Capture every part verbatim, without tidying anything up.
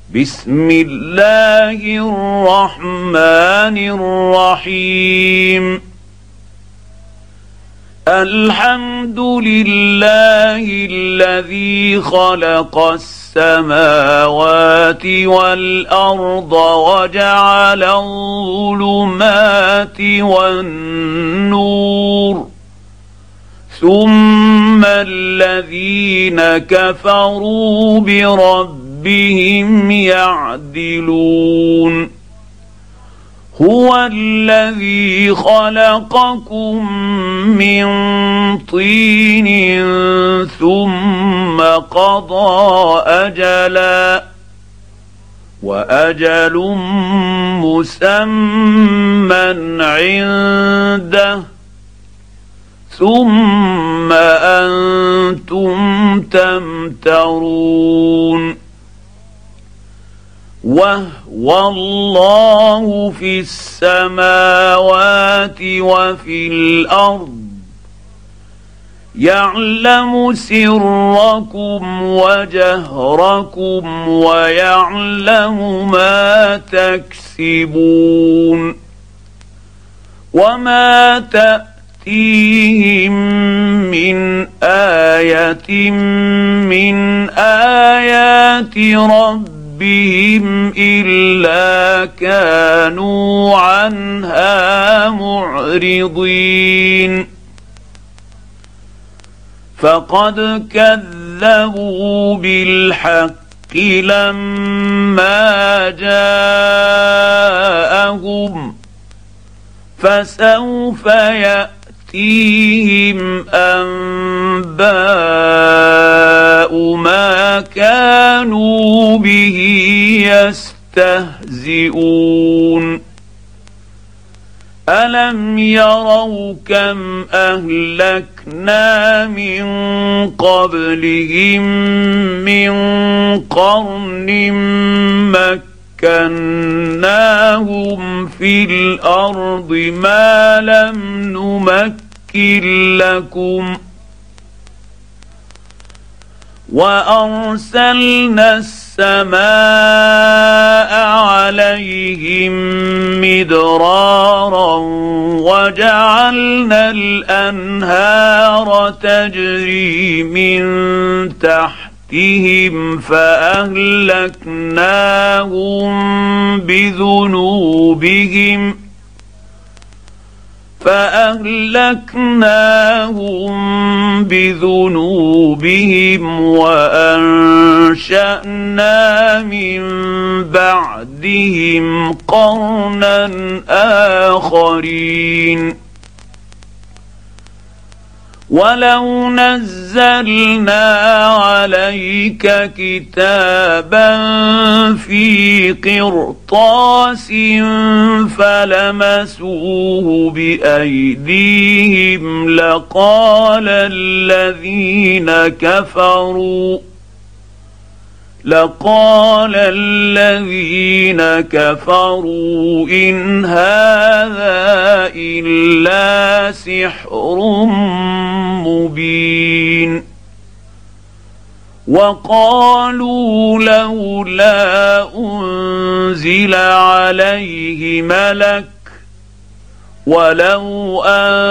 بسم الله الرحمن الرحيم الحمد لله الذي خلق السماوات والأرض وجعل الظلمات والنور ثم الذين كفروا بربهم يعدلون هو الذي خلقكم من طين ثم قضى أجلا وأجل مسمى عنده ثم أنتم تمترون وهو الله في السماوات وفي الأرض يعلم سركم وجهركم ويعلم ما تكسبون وما تأتيهم من آية من آيات ربهم بهم إلا كانوا عنها معرضين فقد كذبوا بالحق لما جاءهم فسوف يأتيهم أنباء ما كانوا به يستهزئون ألم يروا كم أهلكنا من قبلهم من قرن مكناهم في الأرض ما لم نمكن لكم وأرسلنا السماء عليهم مدرارا وجعلنا الأنهار تجري من تحتهم فأهلكناهم بذنوبهم فأهلكناهم بذنوبهم وأنشأنا من بعدهم قرنا آخرين ولو نزلنا عليك كتابا في قرطاس فلمسوه بأيديهم لقال الذين كفروا لقال الذين كفروا إن هذا إلا سحر مبين وقالوا لولا أنزل عليه ملك ولو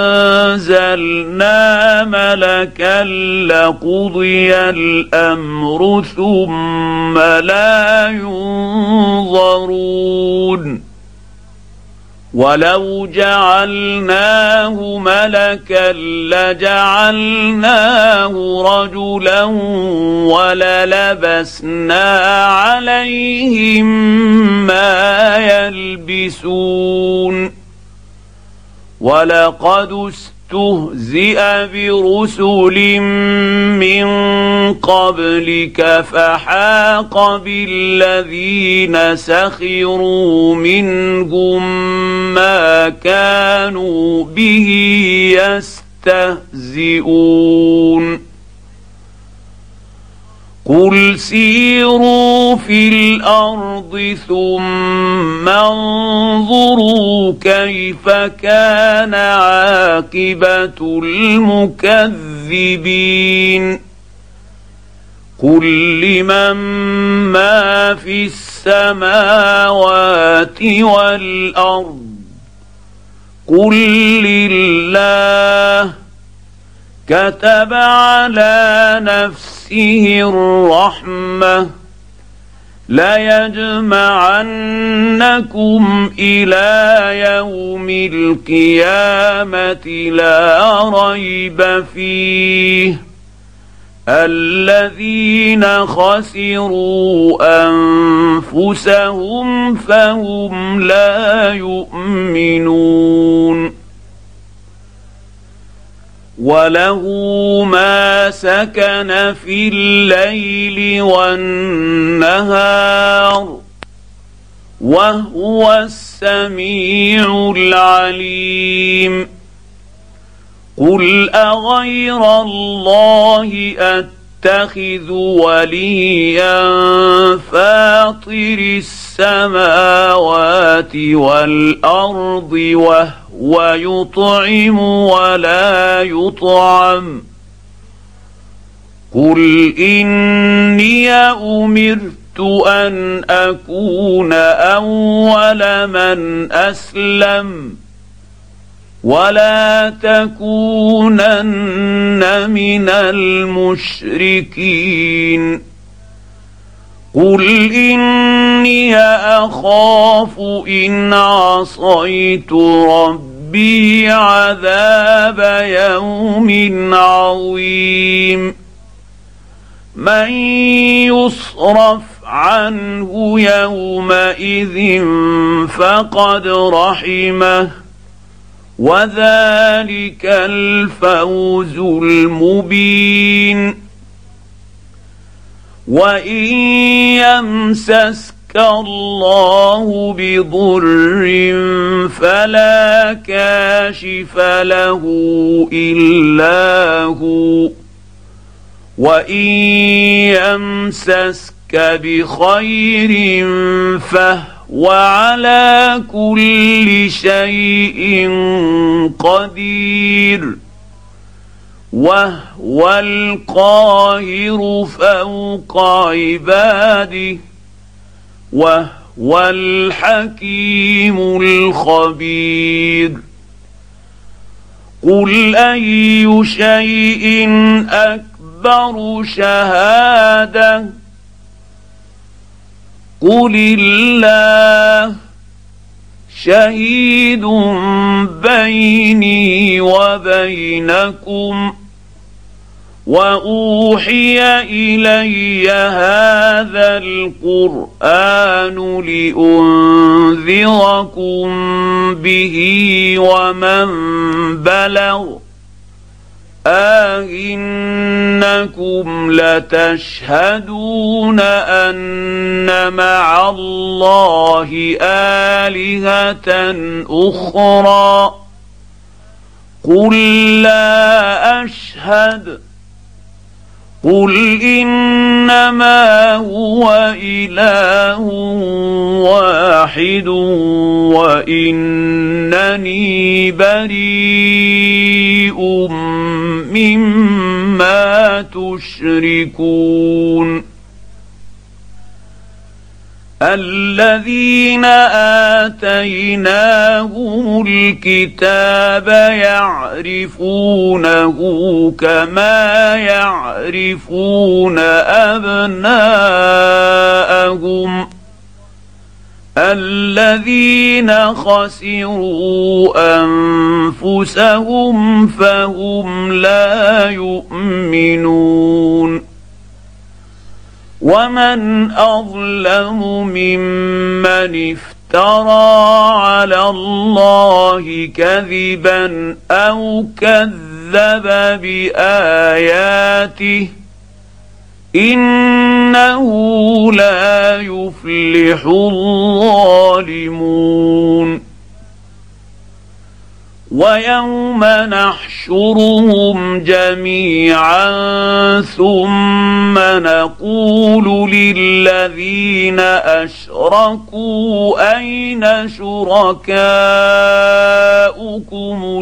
أنزلنا ملكا لقضي الأمر ثم لا ينظرون ولو جعلناه ملكا لجعلناه رجلا وللبسنا عليهم ما يلبسون ولقد استهزئ برسل من قبلك فحاق بالذين سخروا منهم ما كانوا به يستهزئون قل سيروا في الأرض ثم انظروا كيف كان عاقبة المكذبين قل لمن ما في السماوات والارض قل لله كتب على نفسه الرحمه ليجمعنكم الى يوم القيامه لا ريب فيه الذين خسروا انفسهم فهم لا يؤمنون وله ما سكن في الليل والنهار وهو السميع العليم قل اغير الله اتخذ وليا فاطر السماوات والارض وهو يطعم ولا يطعم قل اني امرت ان اكون اول من اسلم ولا تكونن من المشركين قل اني اخاف ان عصيت ربي عذاب يوم عظيم من يصرف عنه يومئذ فقد رحمه وذلك الفوز المبين وان يمسسك الله بضر فلا كاشف له الا هو وان يمسسك بخير فهو وعلى كل شيء قدير وهو القاهر فوق عباده وهو الحكيم الخبير قل اي شيء اكبر شهاده قل الله شهيد بيني وبينكم واوحي الي هذا القران لانذركم به ومن بلغ أئنكم لتشهدون أن مع الله آلهة أخرى قل لا أشهد قل إنما هو إله واحد وإنني بريء مما تشركون الذين آتيناهم الكتاب يعرفونه كما يعرفون أبناءهم الذين خسروا أنفسهم فهم لا يؤمنون ومن أظلم ممن افترى على الله كذبا أو كذب بآياته إنه لا يفلح الظالمون ويوم نحشرهم جميعا ثم نقول للذين أشركوا أين شركاؤكم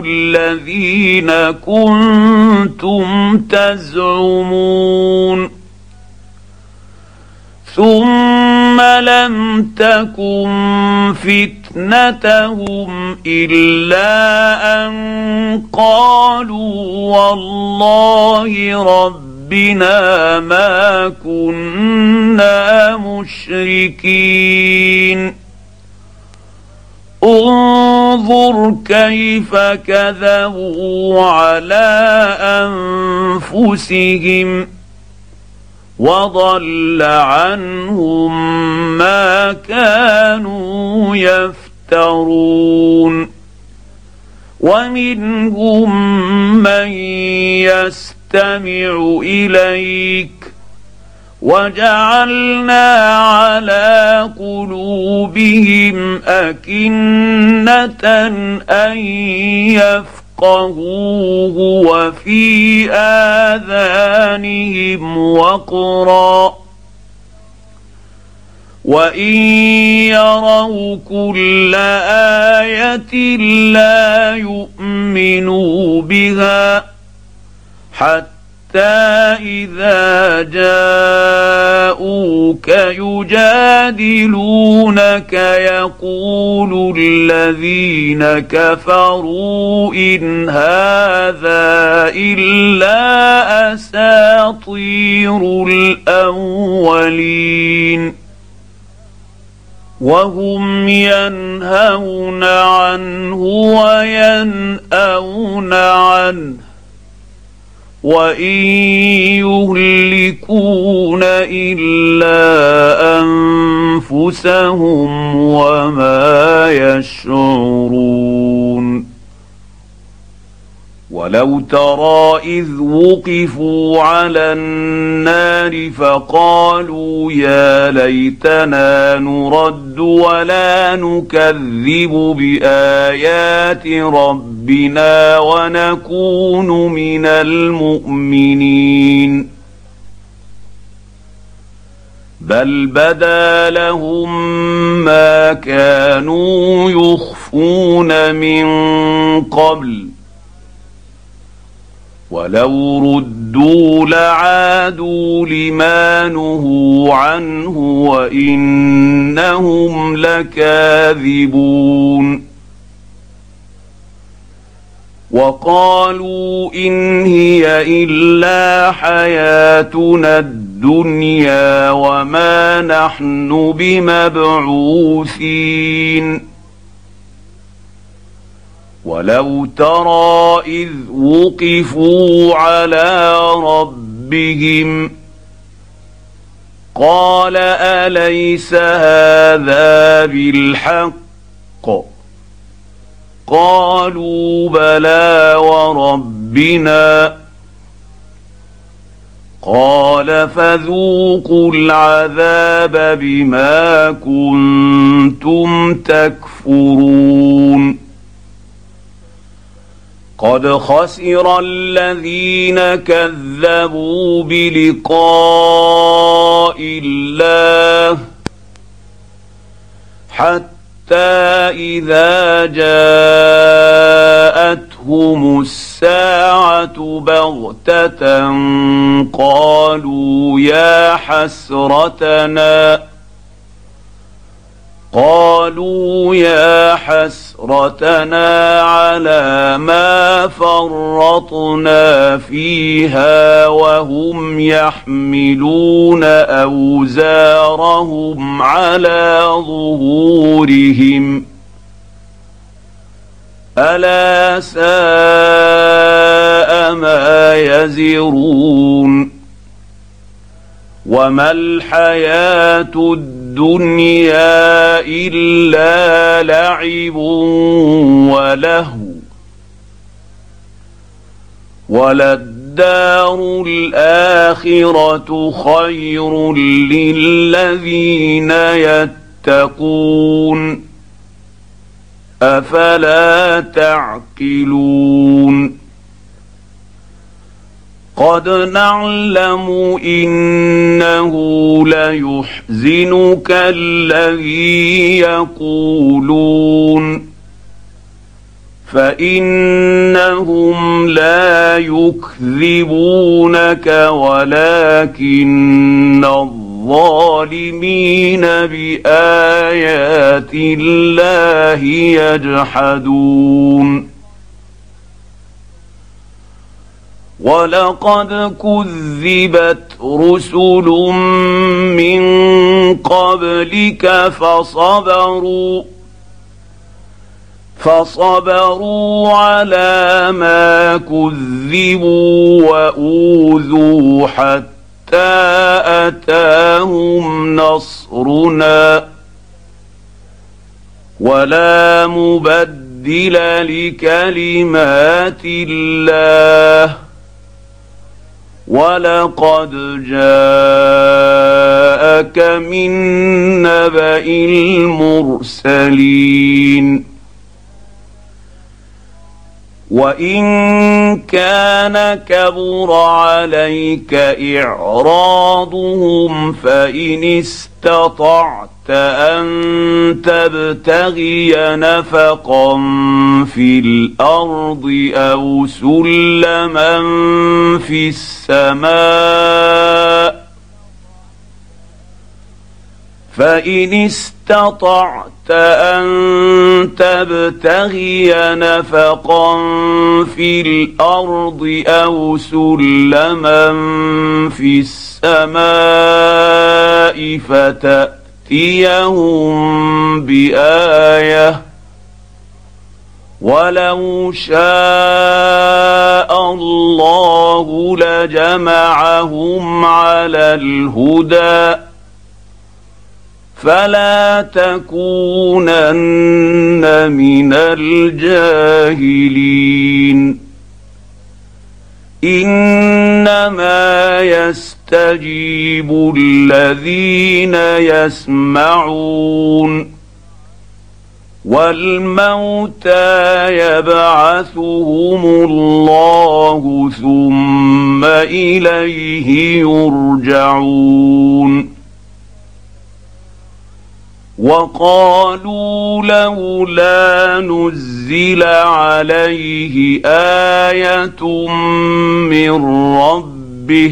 الذين كنتم تزعمون ثم لم تكن فتنتهم الا ان قالوا والله ربنا ما كنا مشركين. انظر كيف كذبوا على انفسهم وضل عنهم ما كانوا يفترون. ومنهم من يستمع اليك وجعلنا على قلوبهم أكنة أن يفقهوه وفي آذانهم وقرا وإن يروا كل آية لا يؤمنوا بها حتى إذا جاءوك يجادلونك يقول الذين كفروا إن هذا إلا أساطير الأولين. وهم ينهون عنه وينأون عنه وإن يهلكون إلا أنفسهم وما يشعرون. ولو ترى إذ وقفوا على النار فقالوا يا ليتنا نرد ولا نكذب بآيات ربنا ونكون من المؤمنين. بل بدا لهم ما كانوا يخفون من قبل ولو ردوا لعادوا لما نهوا عنه وإنهم لكاذبون. وقالوا إن هي إلا حياتنا الدنيا وما نحن بمبعوثين. ولو ترى إذ وقفوا على ربهم قال أليس هذا بالحق قالوا بلى وربنا قال فذوقوا العذاب بما كنتم تكفرون. قد خسر الذين كذبوا بلقاء الله حتى إذا جاءتهم الساعة بغتة قالوا يا حسرتنا قالوا يا حسرتنا على ما فرطنا فيها وهم يحملون أوزارهم على ظهورهم ألا ساء ما يزرون. وما الحياة الدنيا إلا لعب ولهو وللدار الآخرة خير للذين يتقون أفلا تعقلون. قد نعلم إنه ليحزنك الذي يقولون فإنهم لا يكذبونك ولكن الظالمين بآيات الله يجحدون ولقد كذبت رسل من قبلك فصبروا فصبروا على ما كذبوا وأوذوا حتى أتاهم نصرنا ولا مبدل لكلمات الله ولقد جاءك من نبأ المرسلين وإن كان كبر عليك إعراضهم فإن استطعت أن تبتغي نفقا في الأرض أو سلما في السماء فإن استطعت أن تبتغي نفقا في الأرض أو سلما في السماء فتأتيهم بآية ولو شاء الله لجمعهم على الهدى فلا تكونن من الجاهلين إنما يستجيب الذين يسمعون والموتى يبعثهم الله ثم إليه يرجعون وقالوا لولا نزل عليه آية من ربه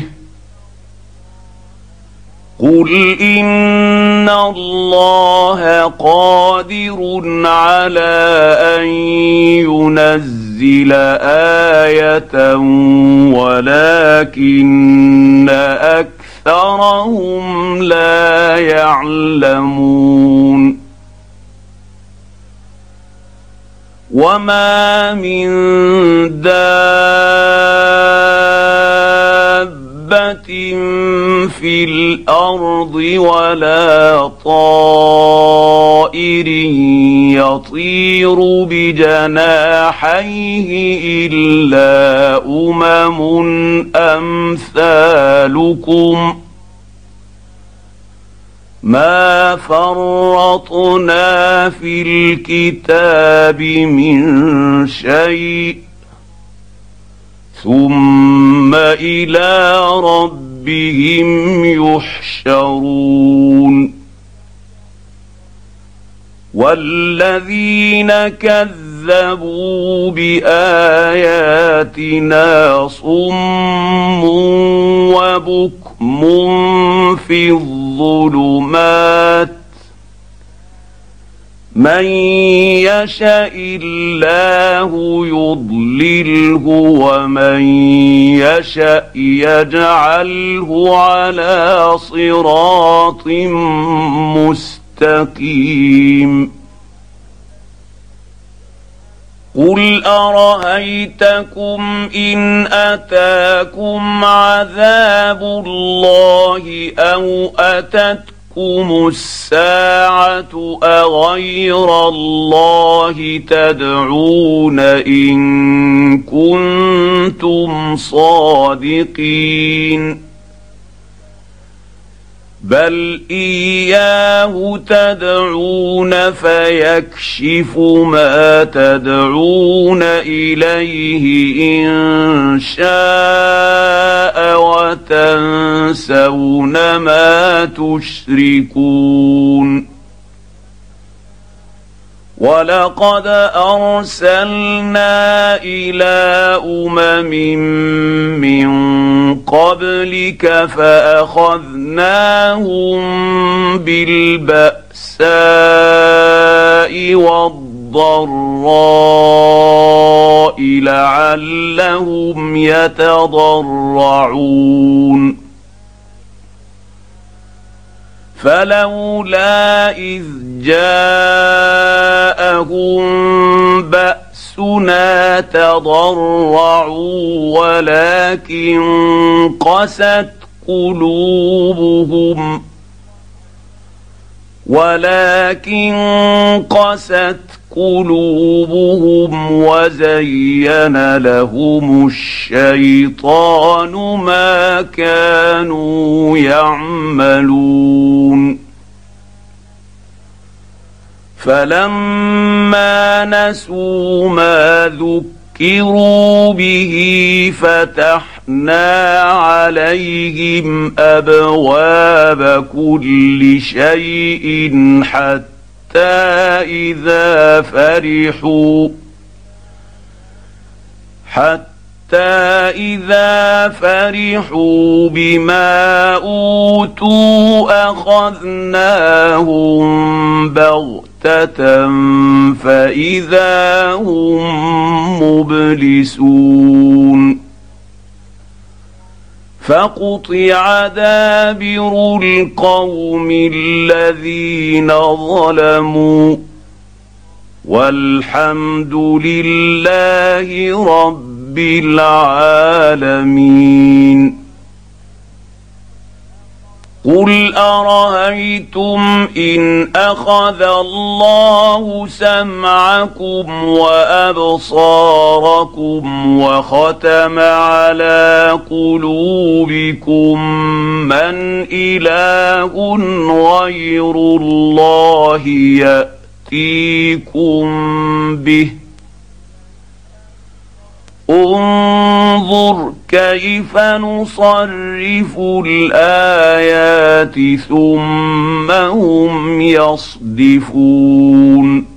قل إن الله قادر على أن ينزل آية ولكن أكثرهم لا يعلمون وما من دابة في الأرض ولا طائر يطير بجناحيه إلا أمم أمثالكم ما فرطنا في الكتاب من شيء ثم إلى ربهم يحشرون والذين كذبوا بآياتنا صم وبكم في الظلمات من يشاء الله يضلله ومن يشاء يجعله على صراط مستقيم قل أرأيتكم إن أتاكم عذاب الله أو أتتكم الساعة أغير الله تدعون إن كنتم صادقين بل إياه تدعون فيكشف ما تدعون إليه إن شاء وتنسون ما تشركون ولقد أرسلنا إلى أمم من قبلك فأخذناهم بالبأساء والضراء لعلهم يتضرعون فلولا إذ جاءهم بأسنا تضرعوا ولكن قست قلوبهم ولكن قست قلوبهم وزين لهم الشيطان ما كانوا يعملون فلما نسوا ما ذكروا به فتحنا عليهم أبواب كل شيء حتى إذا فرحوا حتى إذا فرحوا بما أوتوا أخذناهم بغتة فإذا هم مبلسون فقطع دابر القوم الذين ظلموا والحمد لله رب العالمين قل أرأيتم إن أخذ الله سمعكم وأبصاركم وختم على قلوبكم من إله غير الله يأتيكم به انظر كيف نصرف الآيات ثم هم يصدفون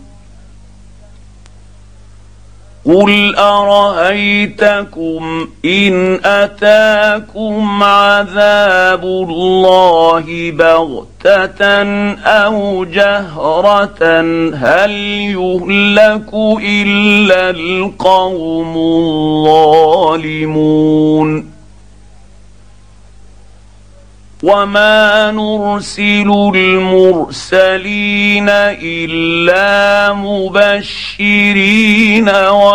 قل أرأيتكم إن أتاكم عذاب الله بغتة أو جهرة هل يهلك إلا القوم الظالمون وما نرسل المرسلين إلا مبشرين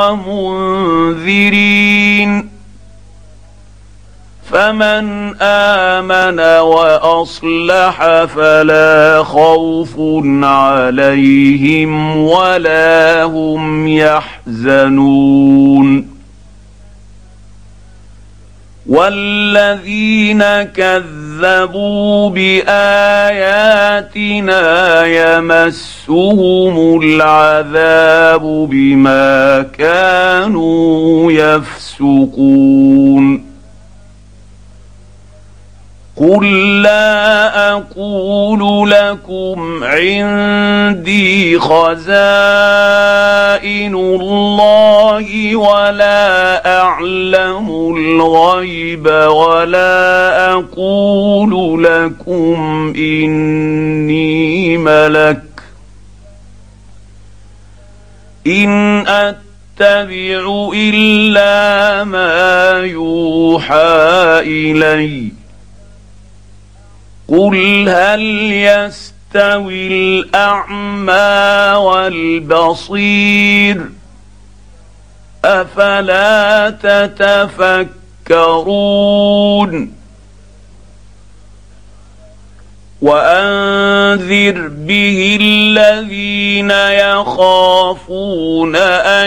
ومنذرين فمن آمن وأصلح فلا خوف عليهم ولا هم يحزنون والذين كذبوا بآياتنا يمسهم العذاب بما كانوا يفسقون قل لا أقول لكم عندي خزائن الله ولا أعلم الغيب ولا أقول لكم إني ملك إن أتبع إلا ما يوحى إلي قل هل يستوي الأعمى والبصير أفلا تتفكرون وأنذر به الذين يخافون أن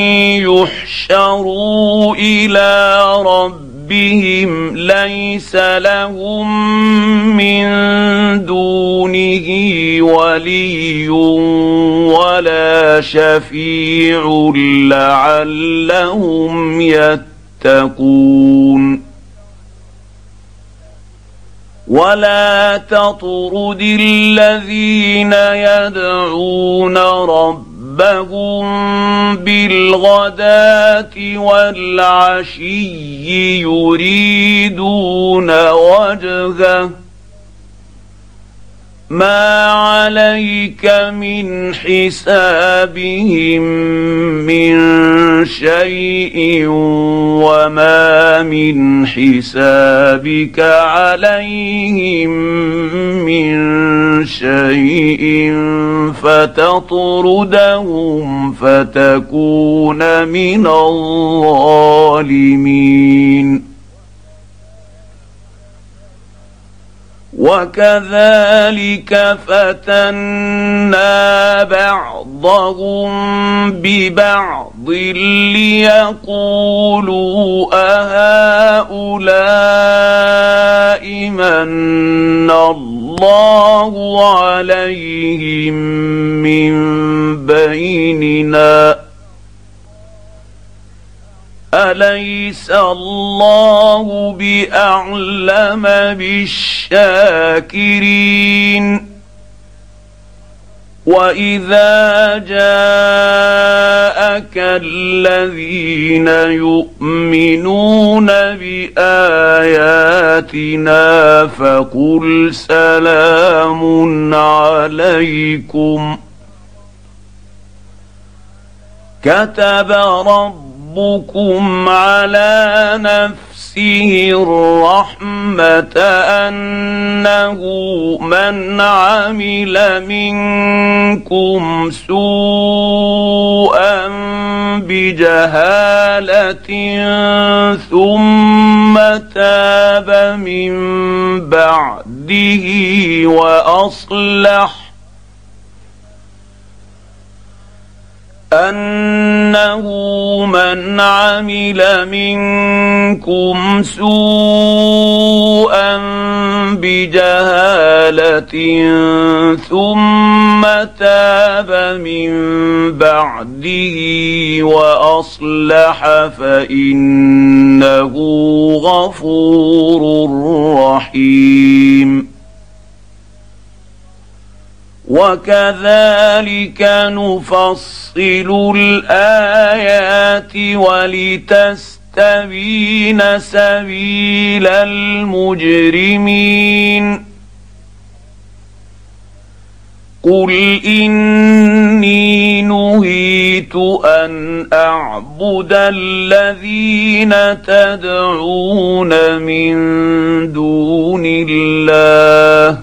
يحشروا إلى ربهم بهم ليس لهم من دونه ولي ولا شفيع لعلهم يتقون ولا تطرد الذين يدعون ربهم ربهم بالغداة والعشي يريدون وجهه ما عليك من حسابهم من شيء وما من حسابك عليهم من شيء فتطردهم فتكون من الظالمين. وكذلك فتنا بعضهم ببعض ليقولوا أهؤلاء من الله عليهم من بيننا أليس الله بأعلم بالشاكرين. وإذا جاءك الذين يؤمنون بآياتنا فقل سلام عليكم كتب ربكم ربكم على نفسه الرحمة أنه من عمل منكم سوءا بجهالة ثم تاب من بعده وأصلح أنه من عمل منكم سوءا بجهالة ثم تاب من بعده وأصلح فإنه غفور رحيم. وكذلك نفصل الآيات ولتستبين سبيل المجرمين. قل إني نهيت أن أعبد الذين تدعون من دون الله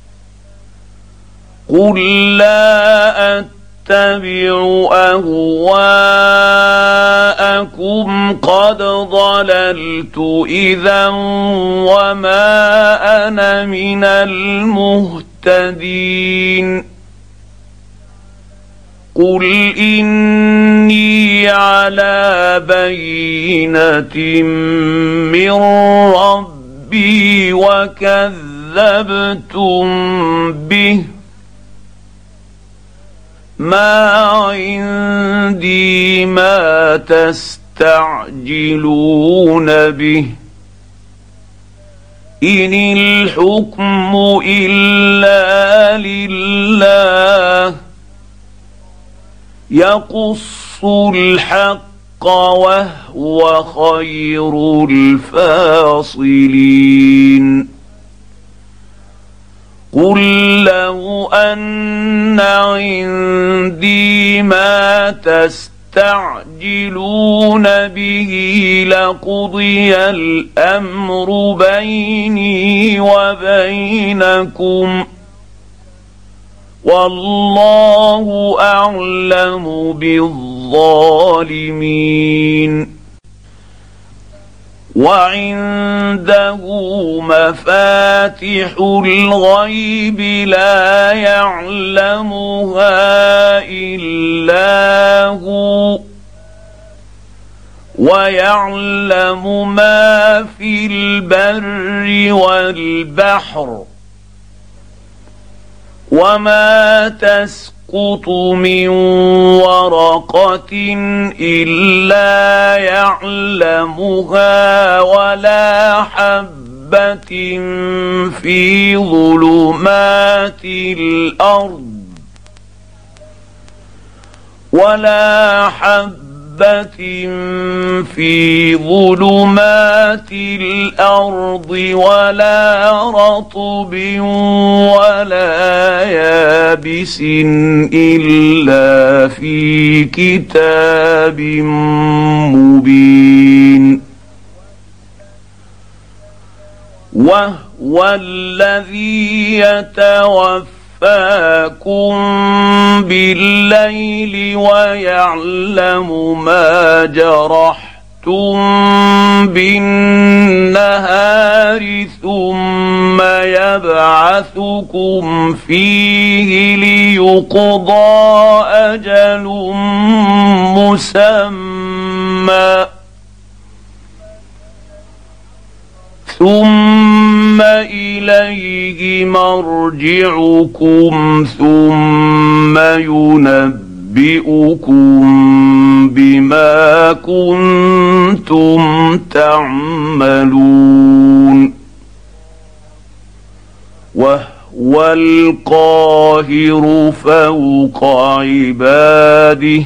قل لا أتبع أهواءكم قد ضللت إذا وما أنا من المهتدين. قل إني على بينة من ربي وكذبتم به ما عندي ما تستعجلون به إن الحكم إلا لله يقص الحق وهو خير الفاصلين. قل لو أن عندي ما تستعجلون به لقضي الأمر بيني وبينكم والله أعلم بالظالمين. وعنده مفاتح الغيب لا يعلمها إلا هو ويعلم ما في البر والبحر وما تسقط من ورقة إلا يعلمها ولا حبة في ظلمات الأرض ولا حبة في ظلمات الأرض ولا رطب ولا يابس إلا في كتاب مبين. وهو الذي يتوفى فاكم بالليل ويعلم ما جرحتم بالنهار ثم يبعثكم فيه ليقضى أجل مسمى ثم إليه مرجعكم ثم ينبئكم بما كنتم تعملون. وهو القاهر فوق عباده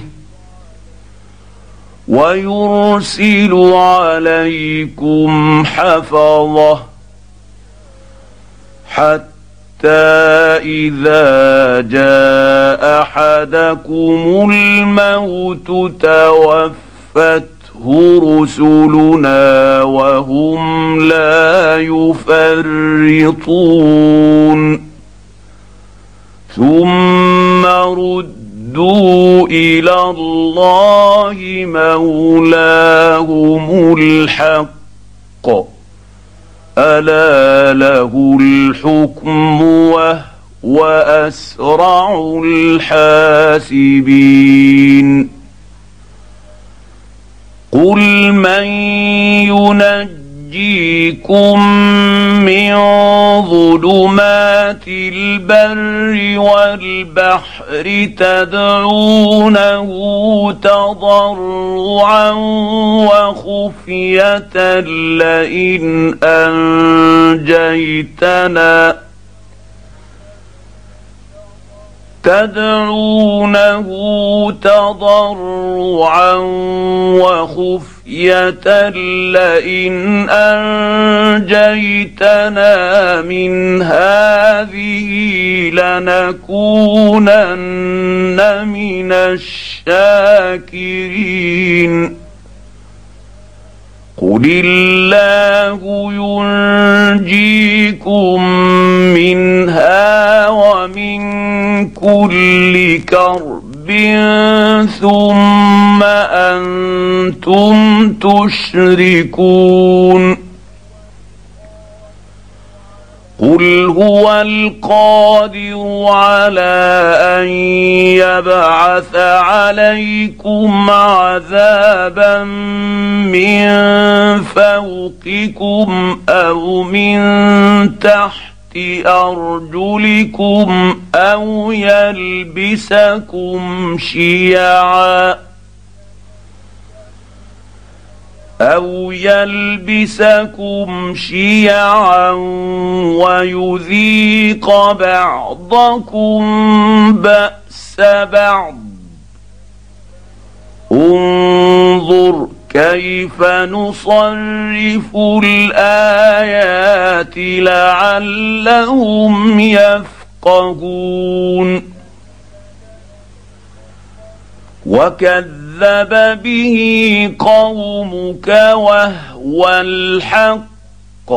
ويرسل عليكم حفظه حتى إذا جاء أحدكم الموت توفته رسلنا وهم لا يفرطون ثم ردوا إلى الله مولاهم الحق ألا له الحكم وهو أسرع الحاسبين. قل من ينجيكم من ظلمات البر والبحر تدعونه تضرعا وخفية لئن أنجيتنا تدعونه تضرعا وخفية لئن أنجيتنا من هذه لنكونن من الشاكرين. قل الله ينجيكم منها ومن كل كرب ثم أنتم تشركون. قل هو القادر على أن يبعث عليكم عذابا من فوقكم أو من تحت أرجلكم أو يلبسكم شيعا أو يلبسكم شيعا ويذيق بعضكم بأس بعض. انظر كيف نصرف الآيات لعلهم يفقهون. وكذب به قومك وهو الحق.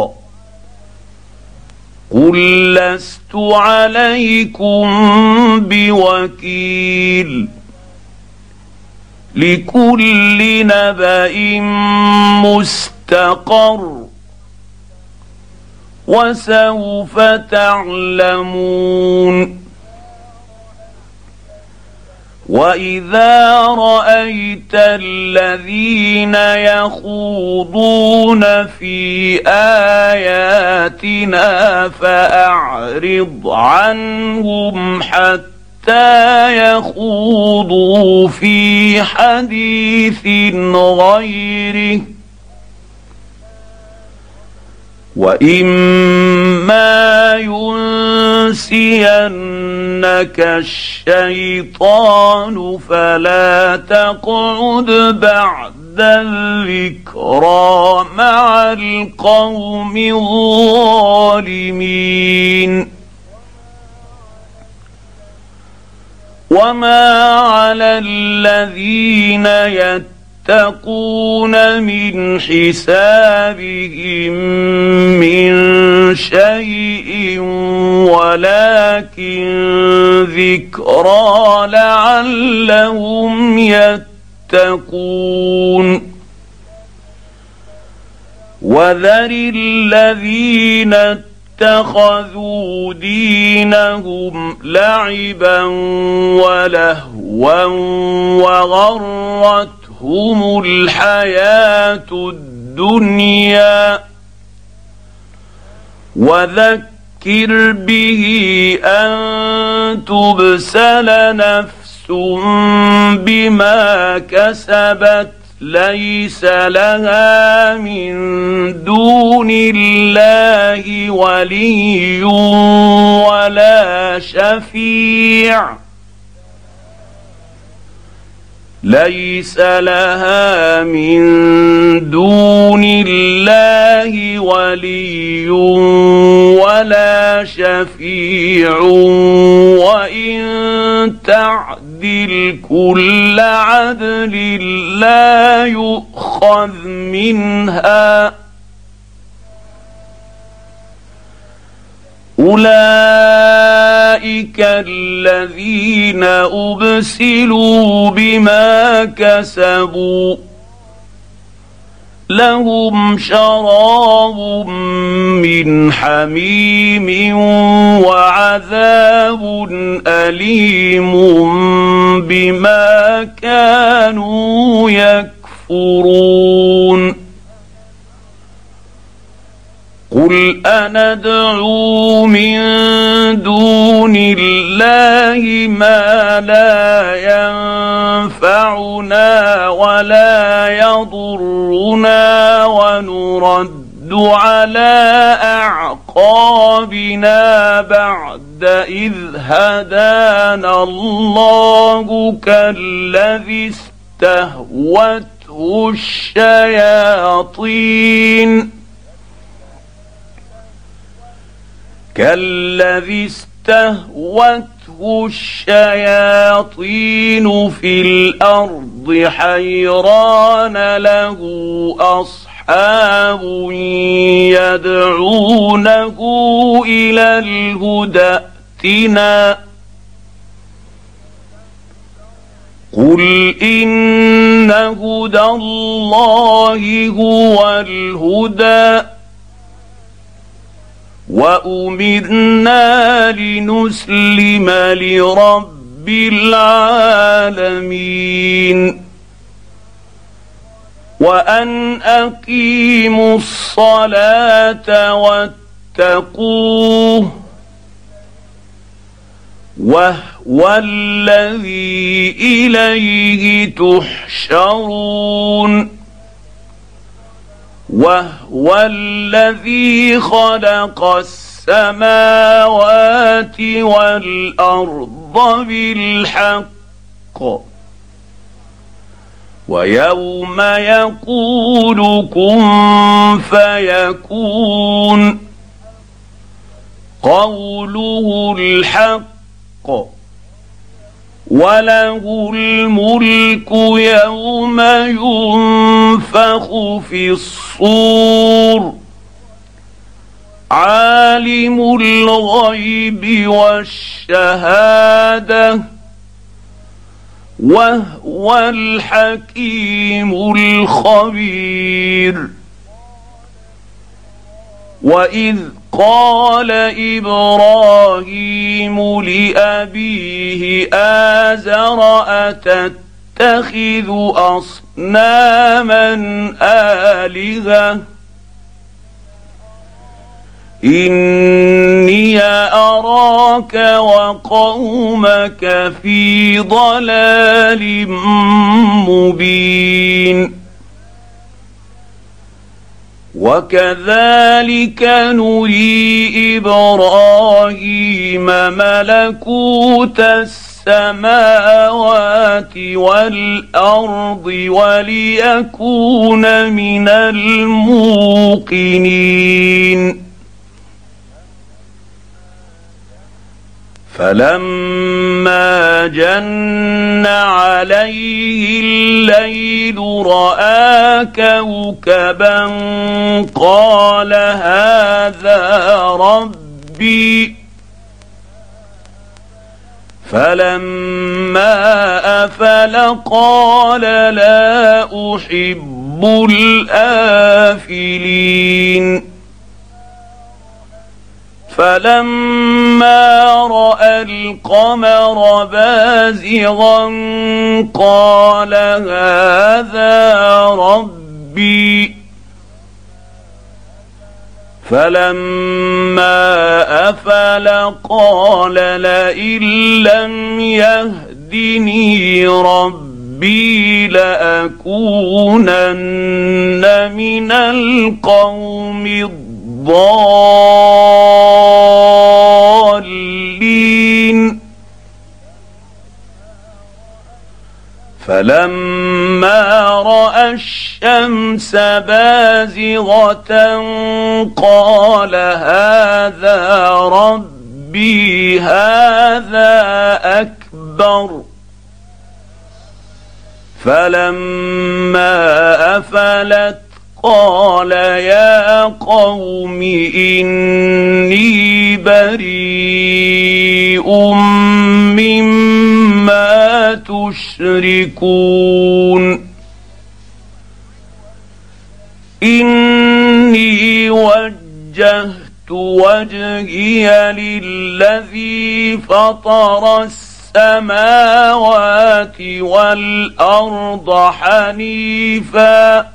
قل لست عليكم بوكيل لكل نبأ مستقر وسوف تعلمون. وإذا رأيت الذين يخوضون في آياتنا فأعرض عنهم حتى يخوضوا في حديث غيره وإما ينذرونك ينسينك الشيطان فلا تقعد بعد الذكرى مع القوم الظالمين. وما على الذين يتقون من حسابهم من شيء ولكن ذكرى لعلهم يتقون. وذر الذين اتخذوا دينهم لعبا ولهوا وغرتهم الحياة الدنيا وذكر به أن تبسل نفس بما كسبت ليس لها من دون الله ولي ولا شفيع ليس لها من دون الله ولي ولا شفيع وإن تعدل كل عدل لا يؤخذ منها. أولئك الذين أبسلوا بما كسبوا لهم شراب من حميم وعذاب أليم بما كانوا يكفرون. قل أندعو من دون الله ما لا ينفعنا ولا يضرنا ونرد على أعقابنا بعد إذ هدانا الله كالذي استهوته الشياطين كالذي استهوته الشياطين في الأرض حيران له أصحاب يدعونه إلى الهدى ائتنا قل إن هدى الله هو الهدى وأمرنا لنسلم لرب العالمين وأن أقيموا الصلاة واتقوه وهو الذي إليه تحشرون وهو الذي خلق السماوات والأرض بالحق ويوم يقول كن فيكون قوله الحق وله الملك يوم ينفخ في الصور عالم الغيب والشهادة وهو الحكيم الخبير. وإذ قال إبراهيم لأبيه آزر أتتخذ أصناما آلهة إني أراك وقومك في ضلال مبين وكذلك نري إبراهيم ملكوت السماوات والأرض وليكون من الموقنين فلما جن عليه الليل رأى كوكبا قال هذا ربي فلما أفل قال لا أحب الآفلين فلما رأى القمر بازغا قال هذا ربي فلما أفل قال لئن لم يهدني ربي لأكونن من القوم الضالين فلما رأى الشمس بازغة قال هذا ربي هذا أكبر فلما أفلت قال يا قوم إني بريء مما تشركون إني وجهت وجهي للذي فطر السماوات والأرض حنيفا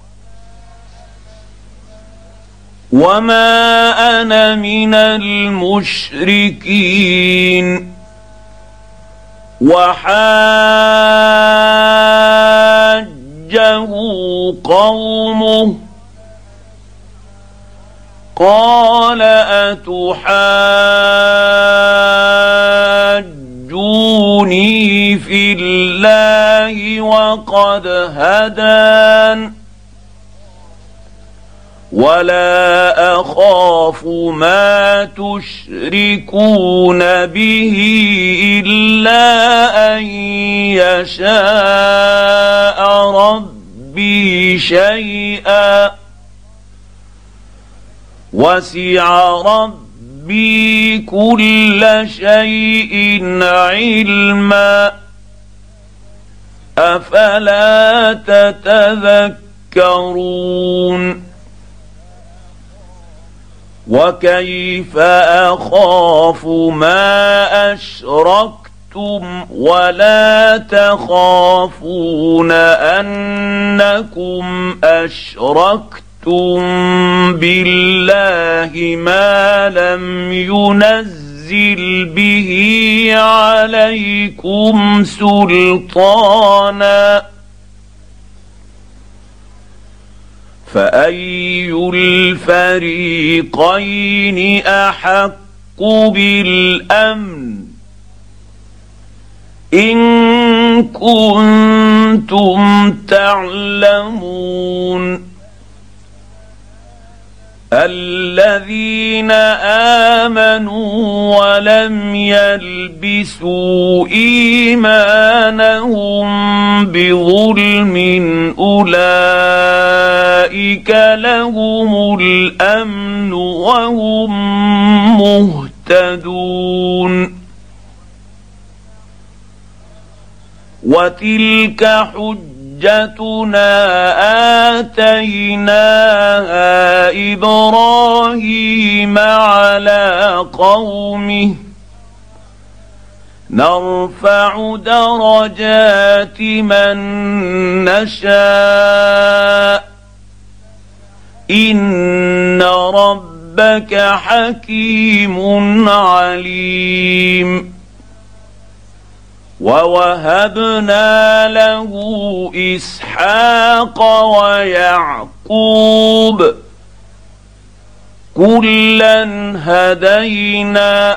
وما أنا من المشركين وحاجه قومه قال أتحاجوني في الله وقد هدان ولا أخاف ما تشركون به إلا أن يشاء ربي شيئا وسع ربي كل شيء علما أفلا تتذكرون وكيف أخاف ما أشركتم ولا تخافون أنكم أشركتم بالله ما لم ينزل به عليكم سلطانا فأي الفريقين أحق بالأمن إن كنتم تعلمون الذين آمنوا ولم يلبسوا إيمانهم بظلم أولئك لهم الأمن وهم مهتدون وتلك حجتنا آتيناها إبراهيم على قومه نرفع درجات من نشاء إن ربك حكيم عليم ووهبنا له إسحاق ويعقوب كلا هدينا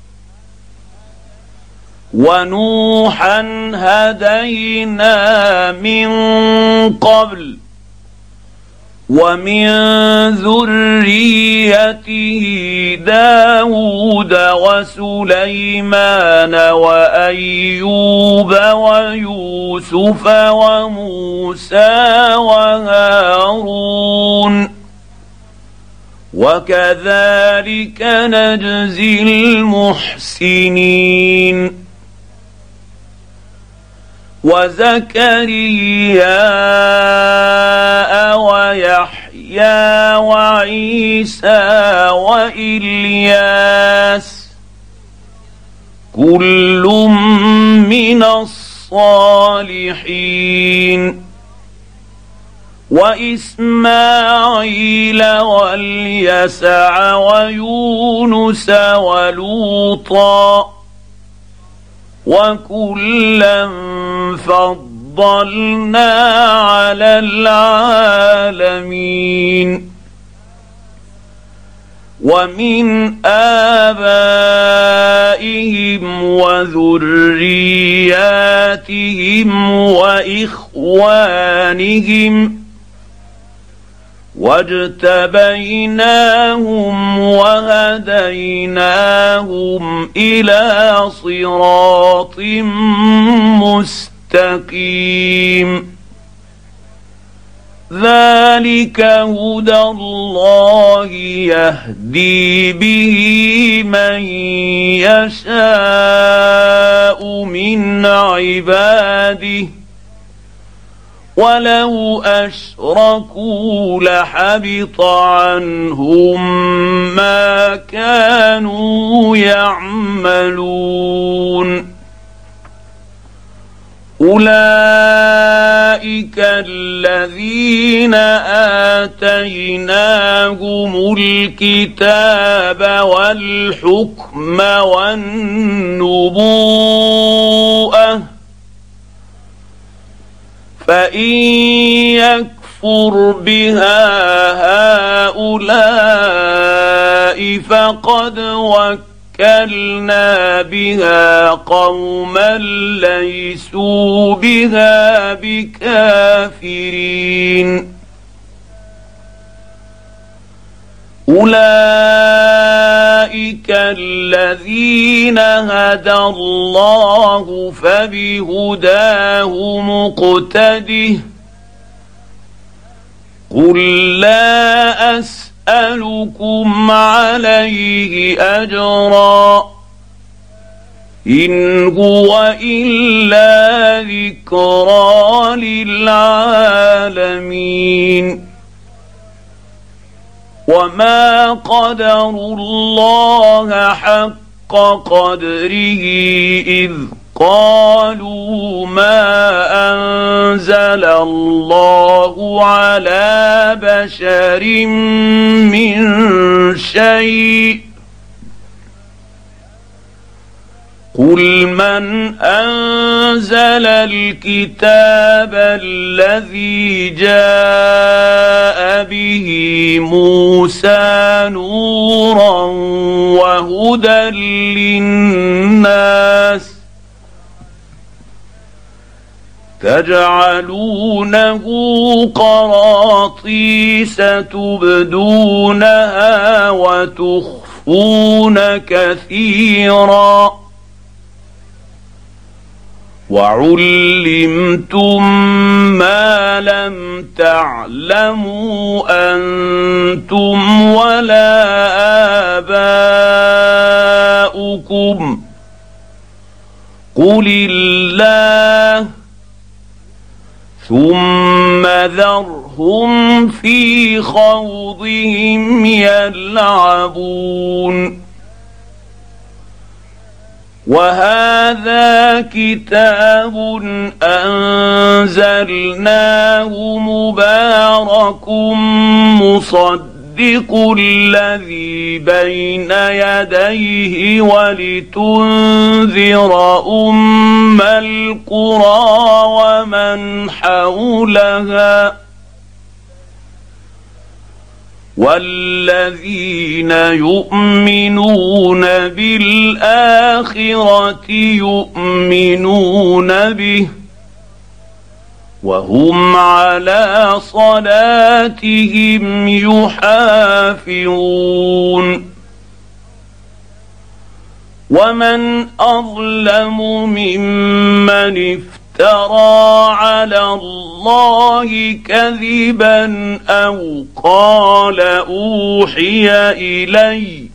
ونوحا هدينا من قبل ومن ذريته داود وسليمان وأيوب ويوسف وموسى وهارون وكذلك نجزي المحسنين وزكريا ويحيى وعيسى وإلياس كل من الصالحين وإسماعيل واليسع ويونس ولوطا وكلا فضلنا على العالمين ومن آبائهم وذرياتهم وإخوانهم واجتبيناهم وهديناهم إلى صراط مستقيم ذلك هدى الله يهدي به من يشاء من عباده ولو أشركوا لحبط عنهم ما كانوا يعملون أولئك الذين آتيناهم الكتاب والحكم والنبوءة فإن يكفر بها هؤلاء فقد وكلنا بها قوما ليسوا بها بكافرين أولئك الذين هدى الله فبهداه مقتده قل لا أسألكم عليه أجرا إن هو إلا ذكرى للعالمين وما قدروا الله حق قدره إذ قالوا ما أنزل الله على بشر من شيء قل من أنزل الكتاب الذي جاء به موسى نورا وهدى للناس تجعلونه قراطيس تبدونها وتخفون كثيرا وعلمتم ما لم تعلموا أنتم ولا آباؤكم قل الله ثم ذرهم في خوضهم يلعبون وهذا كتاب أنزلناه مبارك مصدق الذي بين يديه ولتنذر أم القرى ومن حولها والذين يؤمنون بالآخرة يؤمنون به وهم على صلاتهم يحافظون ومن أظلم ممن افترى على الله كذبا أو قال أوحي إلي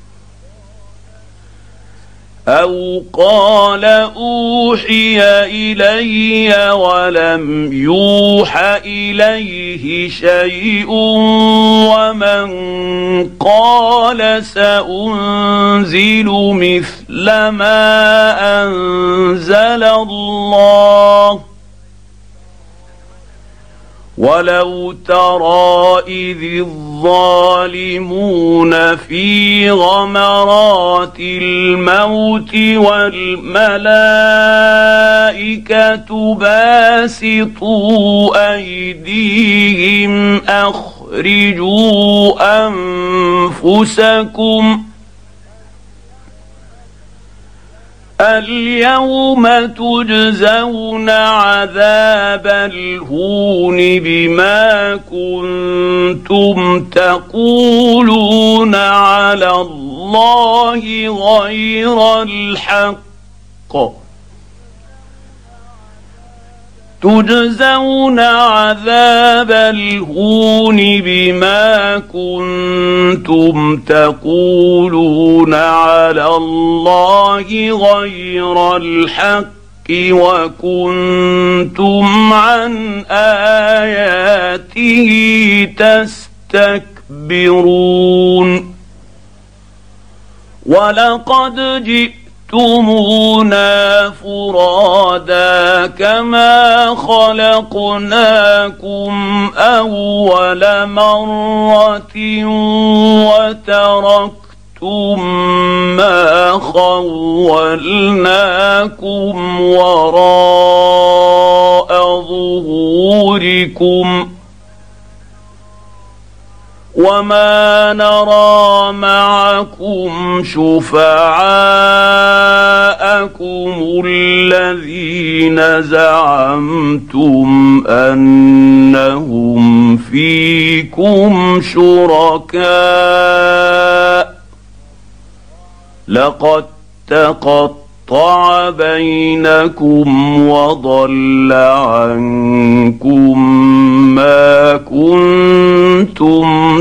أو قال أوحي إلي ولم يوح إليه شيء ومن قال سأنزل مثل ما أنزل الله ولو ترى إذ الظالمون في غمرات الموت والملائكة باسطوا أيديهم أخرجوا أنفسكم اليوم تجزون عذاب الهون بما كنتم تقولون على الله غير الحق تجزون عذاب الهون بما كنتم تقولون على الله غير الحق وكنتم عن آياته تستكبرون ولقد جئتم جئتمونا فرادا كما خلقناكم أول مرة وتركتم ما خولناكم وراء ظهوركم وما نرى معكم شفعاءكم الذين زعمتم أنهم فيكم شركاء لقد تقطع بينكم وضل عنكم ما كنتم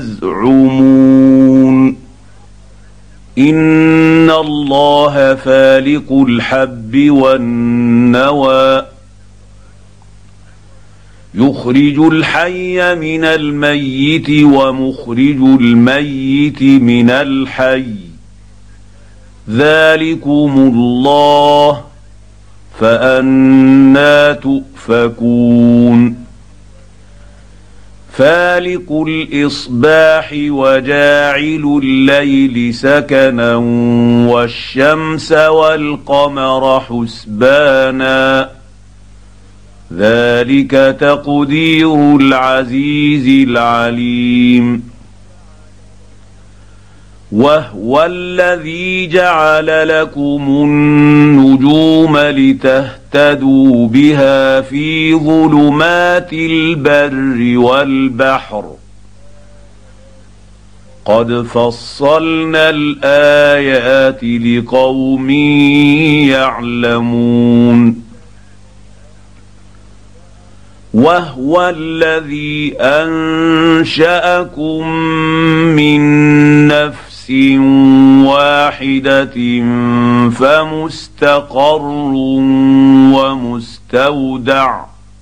تزعمون إن الله فالق الحب والنوى يخرج الحي من الميت ومخرج الميت من الحي ذلكم الله فأنى تؤفكون فالق الإصباح وجاعل الليل سكنا والشمس والقمر حسبانا ذلك تقدير العزيز العليم وهو الذي جعل لكم النجوم لتهتدوا بها في ظلمات البر والبحر قد فصلنا الآيات لقوم يعلمون وهو الذي أنشأكم من نفس واحدة فمستقر ومستودع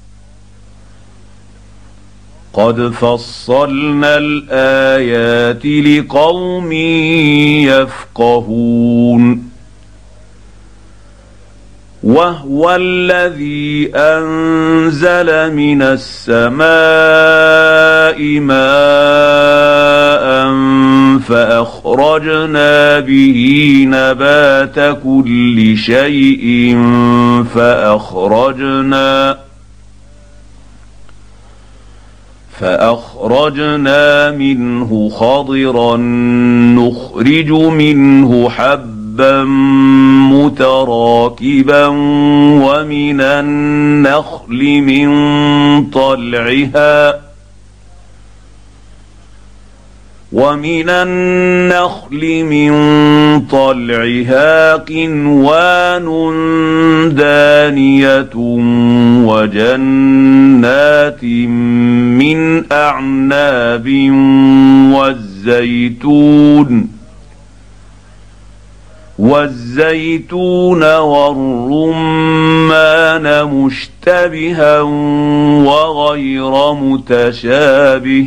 قد فصلنا الآيات لقوم يفقهون وهو الذي أنزل من السماء ماء فأخرجنا به نبات كل شيء فأخرجنا فأخرجنا منه خضرا نخرج منه حبا متراكبا ومن النخل من طلعها ومن النخل من طلعها قنوان دانية وجنات من أعناب والزيتون والزيتون والرمان مشتبها وغير متشابه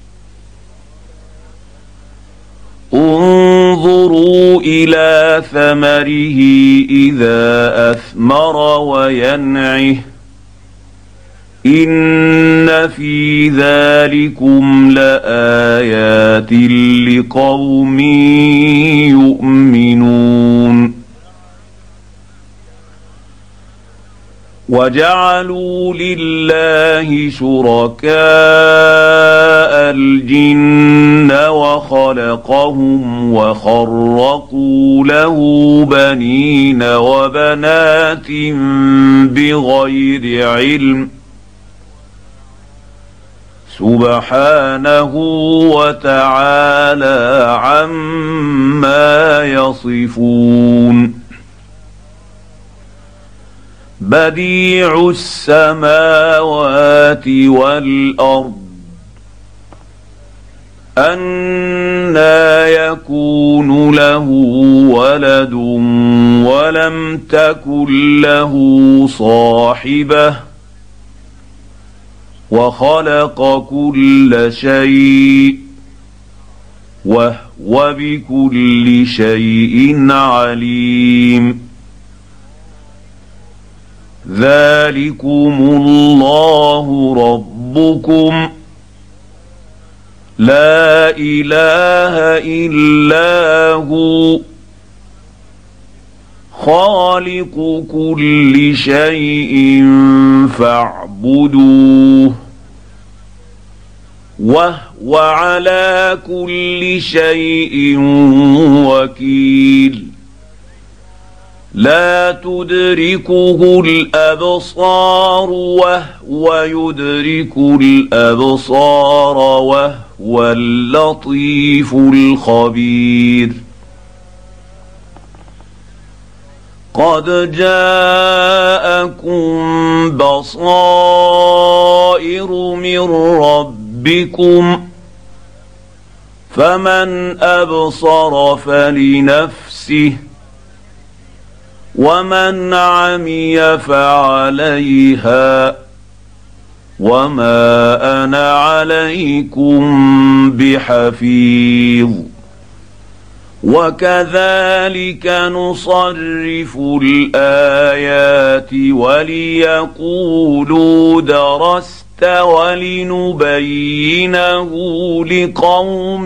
انظروا إلى ثمره إذا أثمر وينعه إن في ذلكم لآيات لقوم يؤمنون وجعلوا لله شركاء الجن وخلقهم وخرقوا له بنين وبنات بغير علم سبحانه وتعالى عما يصفون بديع السماوات والأرض أنى يكون له ولد ولم تكن له صاحبة وخلق كل شيء وهو بكل شيء عليم ذلكم الله ربكم لا إله إلا هو خالق كل شيء فاعبدوه وهو على كل شيء وكيل لا تدركه الأبصار وهو يدرك الأبصار وهو اللطيف الخبير قد جاءكم بصائر من ربكم فمن أبصر فلنفسه ومن عمي فعليها وما أنا عليكم بحفيظ وكذلك نصرف الآيات وليقولوا درست ولنبينه لقوم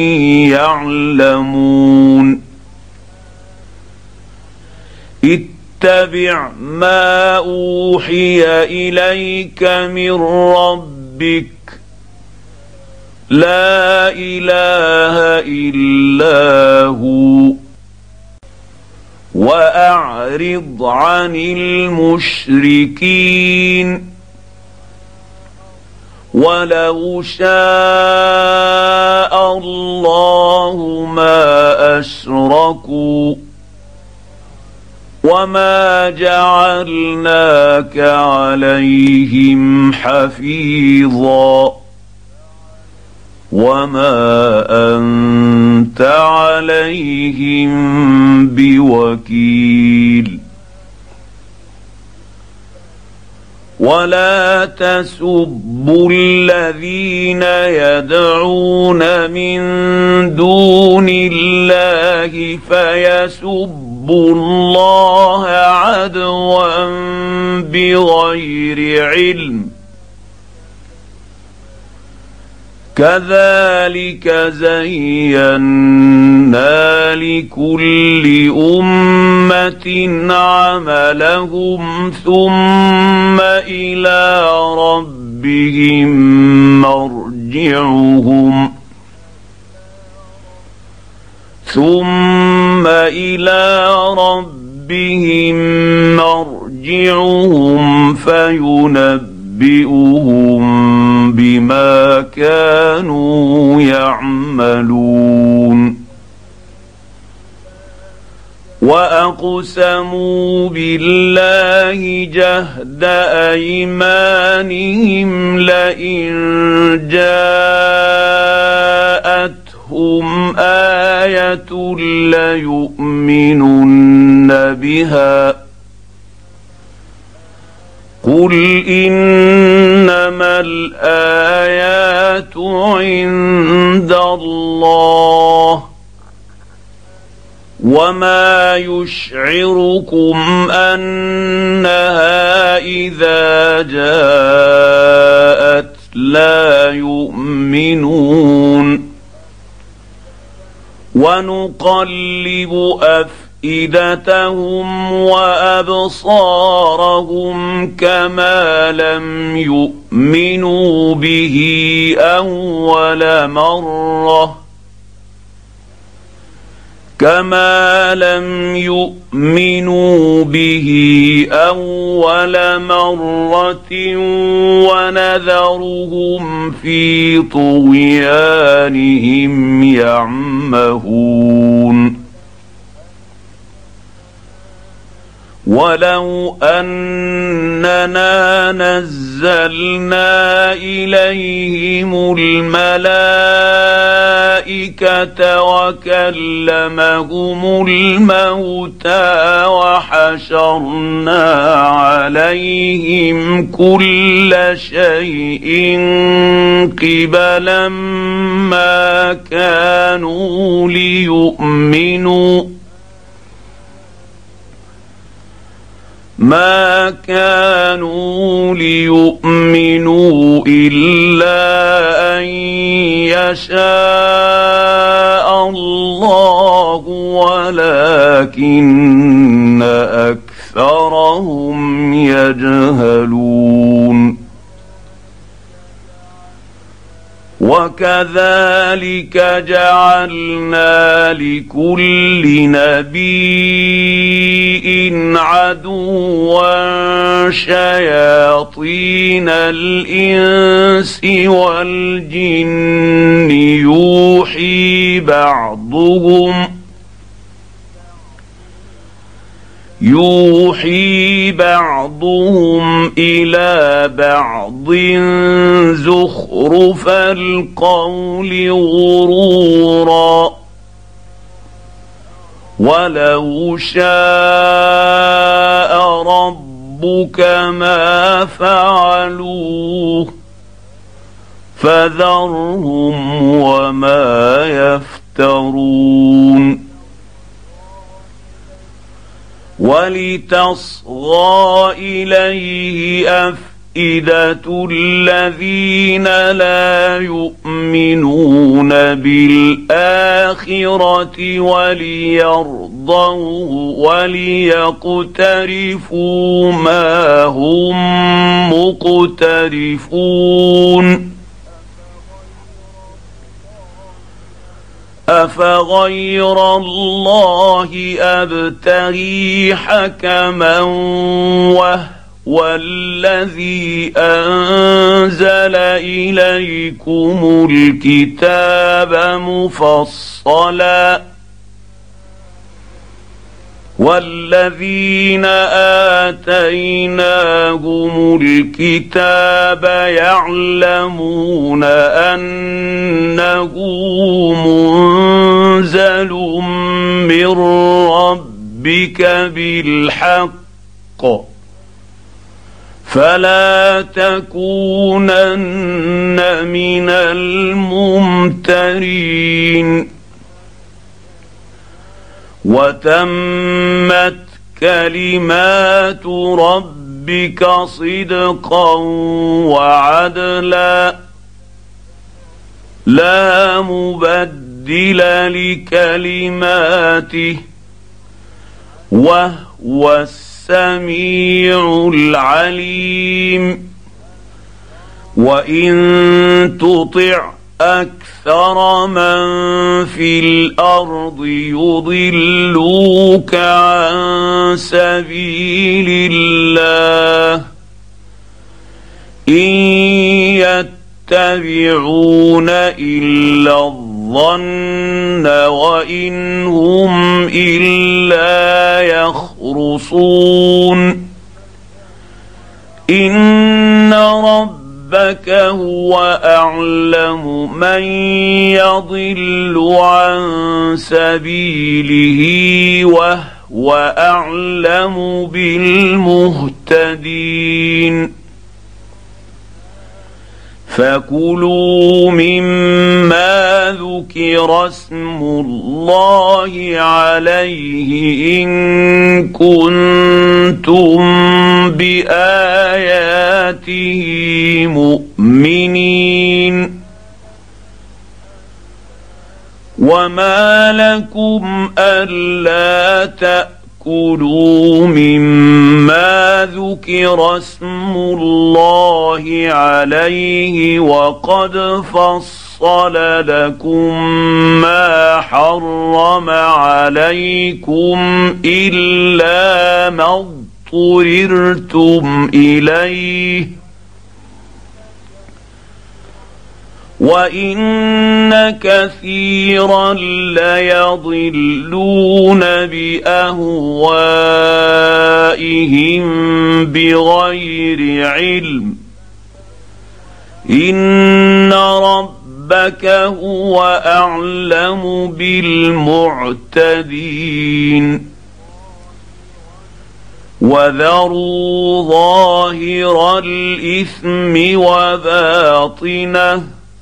يعلمون اتبع ما أوحي إليك من ربك لا إله إلا هو وأعرض عن المشركين ولو شاء الله ما أشركوا وما جعلناك عليهم حفيظا وما أنت عليهم بوكيل ولا تسبوا الذين يدعون من دون الله فيسبوا الله عدوا بغير علم كذلك زينا لكل أمة عملهم ثم إلى ربهم مرجعهم مرجعهم ثم إلى ربهم مرجعهم فينبئهم بما كانوا يعملون وأقسموا بالله جهد أيمانهم لئن جاءتهم آية ليؤمنن بها قل إنما الآيات عند الله وما يشعركم أنها إذا جاءت لا يؤمنون ونقلب أفئدتهم وأبصارهم كما لم يؤمنوا به أول مرة كما لم يؤمنوا به أول مرة ونذرهم في طغيانهم يعمهون ولو أننا نزلنا إليهم الملائكة وكلمهم الموتى وحشرنا عليهم كل شيء قبلا ما كانوا ليؤمنوا ما كانوا ليؤمنوا إلا أن يشاء الله ولكن أكثرهم يجهلون وكذلك جعلنا لكل نبي عدوا شياطين الإنس والجن يوحي بعضهم يوحي بعضهم إلى بعض زخرف القول غرورا ولو شاء ربك ما فعلوه فذرهم وما يفترون ولتصغى إليه أفئدة الذين لا يؤمنون بالآخرة وليرضوه وليقترفوا ما هم مقترفون أفغير الله أبتغي حكما وهو الذي أنزل إليكم الكتاب مفصلا والذين آتيناهم الكتاب يعلمون أنه منزل من ربك بالحق فلا تكونن من الممترين وتمت كلمات ربك صدقا وعدلا لا مبدل لكلماته وهو السميع العليم وان تطع اكثر من في الارض يضلوك عن سبيل الله ان يتبعون الا الظن وان هم الا يخرصون ان ربك هو اعلم من يضل عن سبيله وهو اعلم بالمهتدين فكلوا مما ذكر اسم الله عليه ان كنتم بآياته مؤمنين وما لكم ألا تأكلوا مما ذكر اسم الله عليه وقد فصل لكم ما حرم عليكم إلا ما اضطررتم إليه وإن كثيرا ليضلون بأهوائهم بغير علم إن ربك هو أعلم بالمعتدين وذروا ظاهر الإثم وباطنه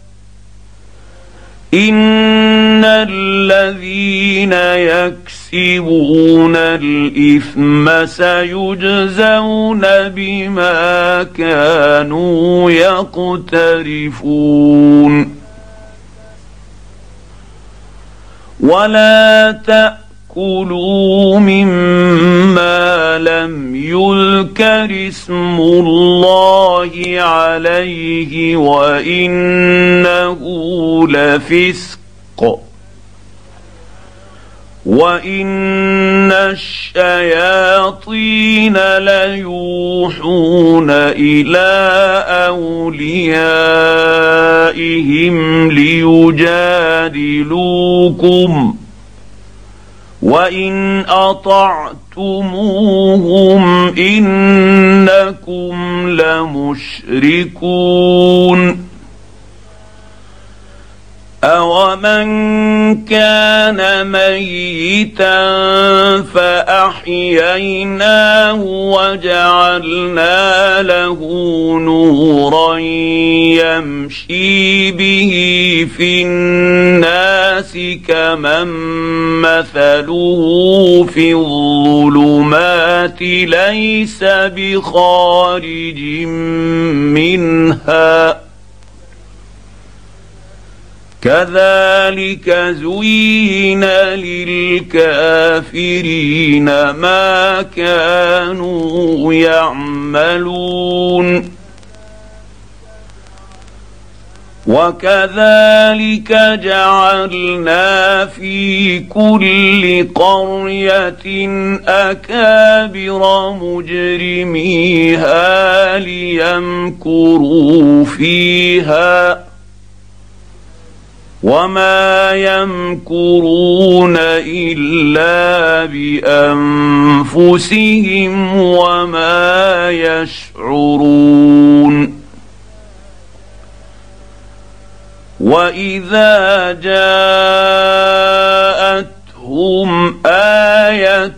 إن الذين يكسبون الإثم سيجزون بما كانوا يقترفون ولا تأكلوا مما لم يذكر اسم الله عليه وإنه لفسق وإن الشياطين ليوحون إلى أوليائهم ليجادلوكم وإن أطعتموهم إنكم لمشركون أومن كان ميتا فأحييناه وجعلنا له نورا يمشي به في الناس كمن مثله في الظلمات ليس بخارج منها كذلك زين للكافرين ما كانوا يعملون وكذلك جعلنا في كل قرية أكابر مجرميها ليمكروا فيها وما يمكرون إلا بأنفسهم وما يشعرون وإذا جاءتهم آية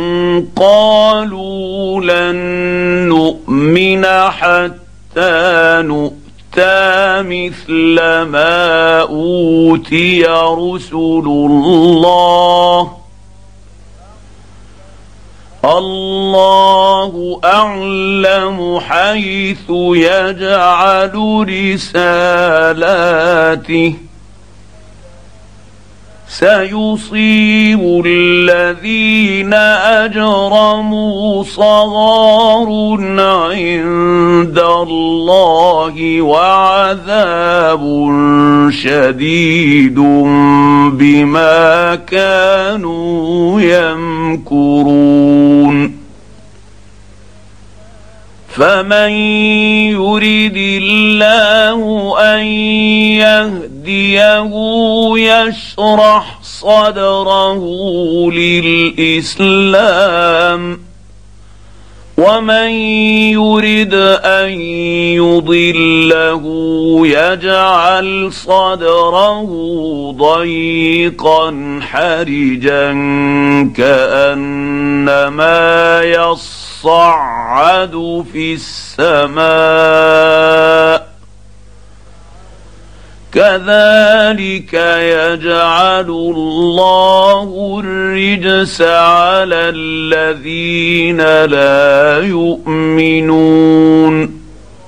قالوا لن نؤمن حتى نؤمن مثل ما أوتي رسل الله الله أعلم حيث يجعل رسالاته سيصيب الذين اجرموا صغار عند الله وعذاب شديد بما كانوا يمكرون. فمن يرد الله ان يهديه يشرح صدره للاسلام ومن يرد ان يضله يجعل صدره ضيقا حرجا كانما يصعد في السماء كذلك يجعل الله الرجس على الذين لا يؤمنون.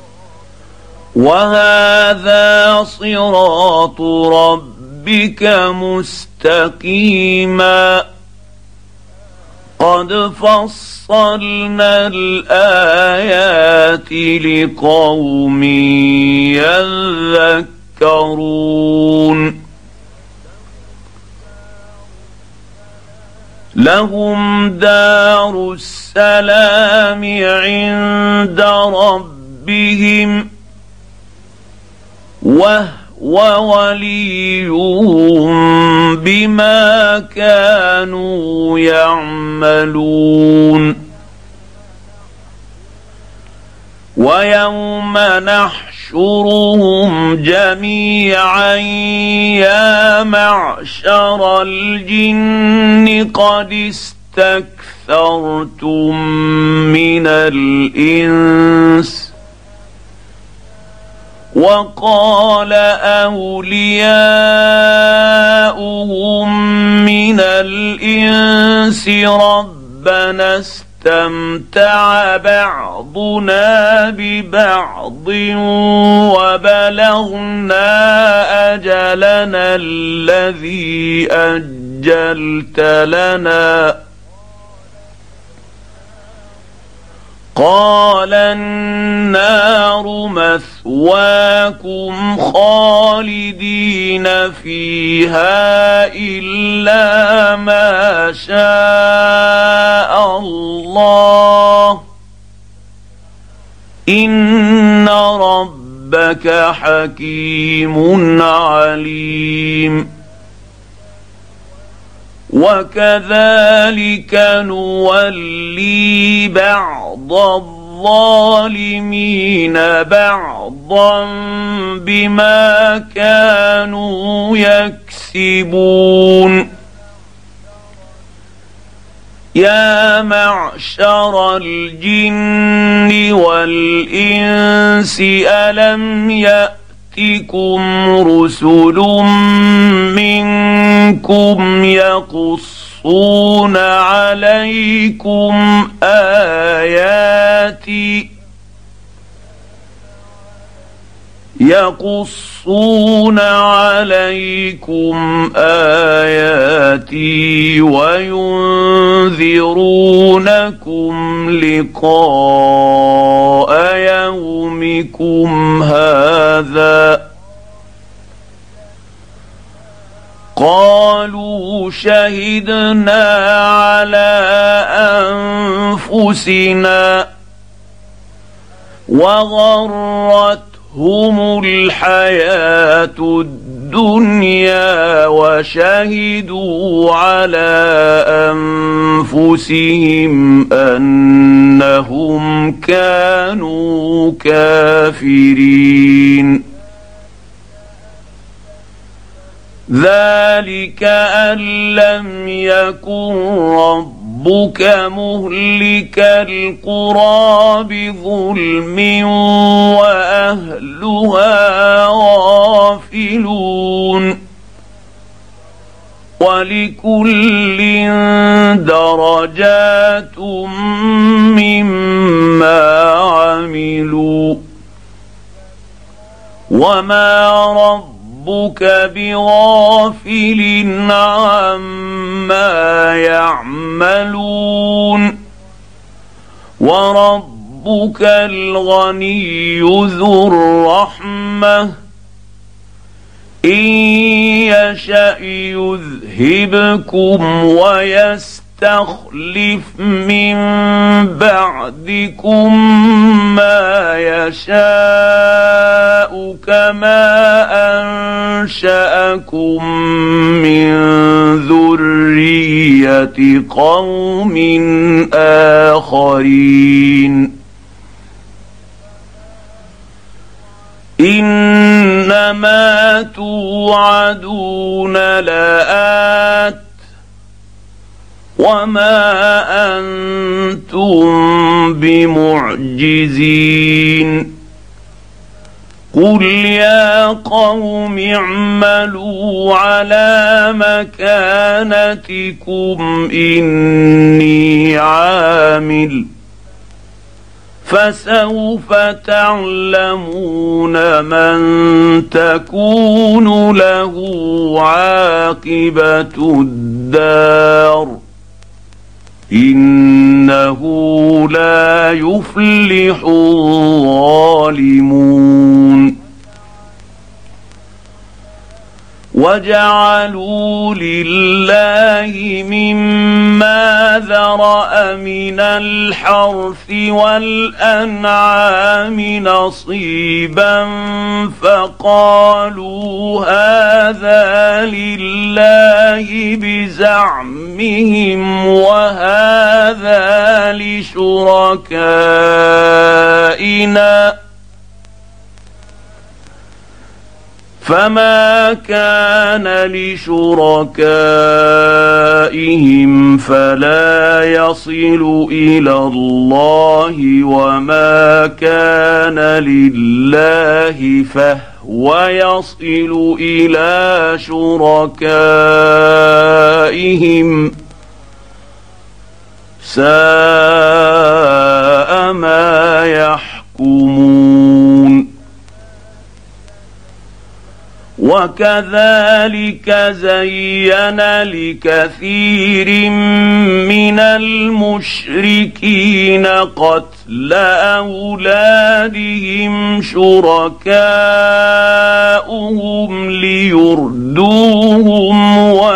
وهذا صراط ربك مستقيما قد فصلنا الآيات لقوم يذكرون. لهم دار السلام عند ربهم وهو وليهم بما كانوا يعملون. ويوم نحشرهم جميعا يا معشر الجن قد استكثرتم من الإنس وقال أولياؤهم من الإنس ربنا استمتع بعضنا ببعض وبلغنا أجلنا الذي أجلت لنا قال النار مثواكم خالدين فيها إلا ما شاء الله إن ربك حكيم عليم. وكذلك نولي بعض الظالمين بعضا بما كانوا يكسبون. يا معشر الجن والإنس ألم يأتكم رسل منكم يقصون عليكم آياتي يقصون عليكم آياتي وينذرونكم لقاء يومكم هذا قالوا شهدنا على أنفسنا وغرتهم الحياة الدنيا وشهدوا على أنفسهم أنهم كانوا كافرين. ذلك أن لم يكن ربك مهلك القرى بظلم وأهلها غافلون ولكل درجات مما عملوا وما رب ربك بغافل عما يعملون وربك الغني ذو الرحمة إن يشأ يذهبكم ويستخلف من بعدكم ما يشاء كما أنشأكم من ذرية قوم آخرين إنما توعدون لآت وما أنتم بمعجزين قل يا قوم اعملوا على مكانتكم إني عامل فسوف تعلمون من تكون له عاقبة الدار إنه لا يفلح الظالمون وجعلوا لله مما ذرأ من الحرث والأنعام نصيبا فقالوا هذا لله بزعمهم وهذا لشركائنا فما كان لشركائهم فلا يصل إلى الله وما كان لله فهو يصل إلى شركائهم ساء ما يحكمون وكذلك زين لكثير من المشركين قتل أولادهم شركاؤهم ليردوهم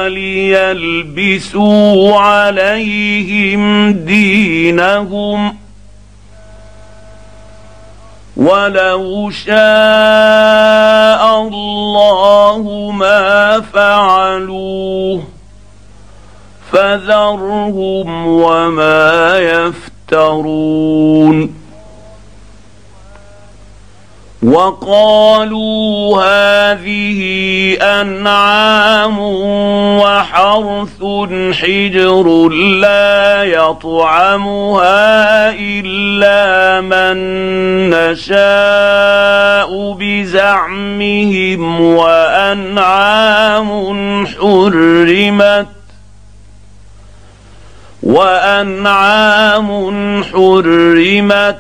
وليلبسوا عليهم دينهم ولو شاء الله ما فعلوه فذرهم وما يفترون وقالوا هذه أنعام وحرث حجر لا يطعمها إلا من نشاء بزعمهم وأنعام حرمت وأنعام حرمت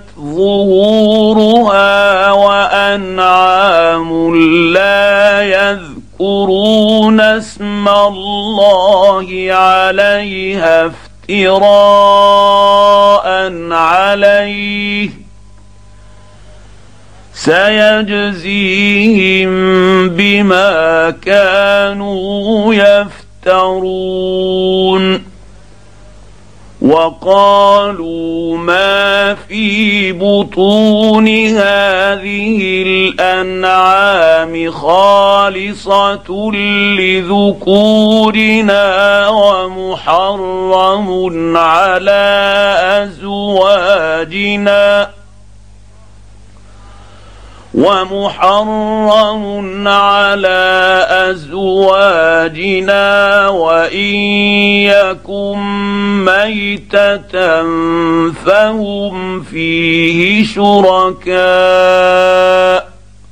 ظهورها وأنعام لا يذكرون اسم الله عليها افتراء عليه سيجزيهم بما كانوا يفترون وقالوا ما في بطون هذه الأنعام خالصة لذكورنا ومحرم على أزواجنا ومحرم على أزواجنا وإن يكن ميتة فهم فيه شركاء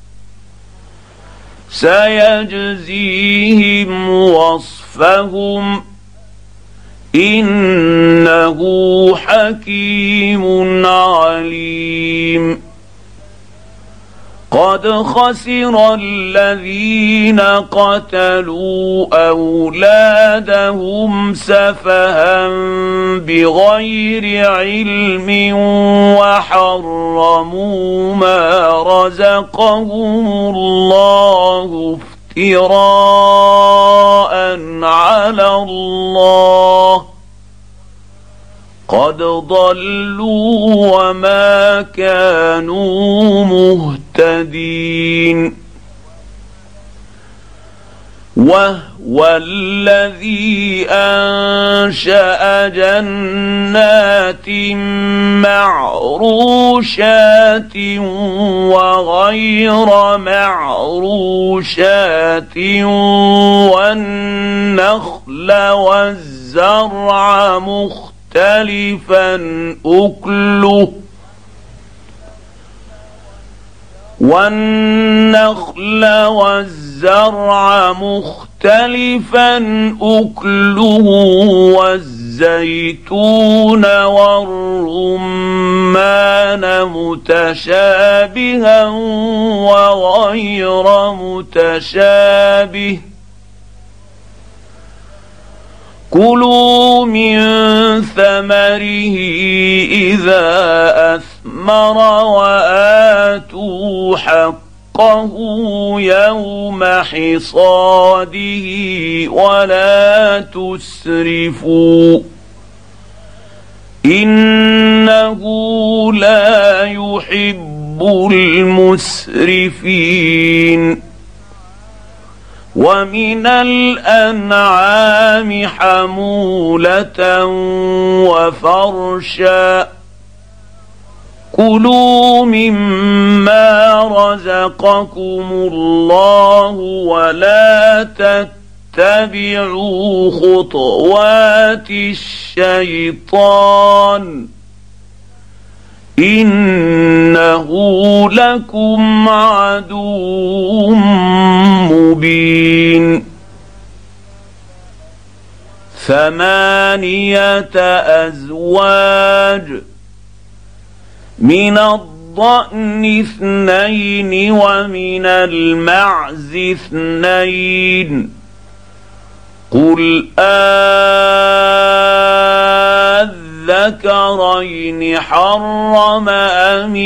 سيجزيهم وصفهم إنه حكيم عليم قد خسر الذين قتلوا أولادهم سفها بغير علم وحرموا ما رزقهم الله افتراء على الله قد ضلوا وما كانوا مهتدين وهو الذي أنشأ جنات معروشات وغير معروشات والنخل والزرع مختلفا مختلفا أكله والنخل والزرع مختلفا أكله والزيتون والرمان متشابها وغير متشابه كلوا من ثمره إذا أثمر وآتوا حقه يوم حصاده ولا تسرفوا إنه لا يحب المسرفين ومن الأنعام حمولة وفرشا كلوا مما رزقكم الله ولا تتبعوا خطوات الشيطان إنه لكم عدو مبين ثمانية أزواج من الضأن اثنين ومن المعز اثنين قل أذكرين حرم أم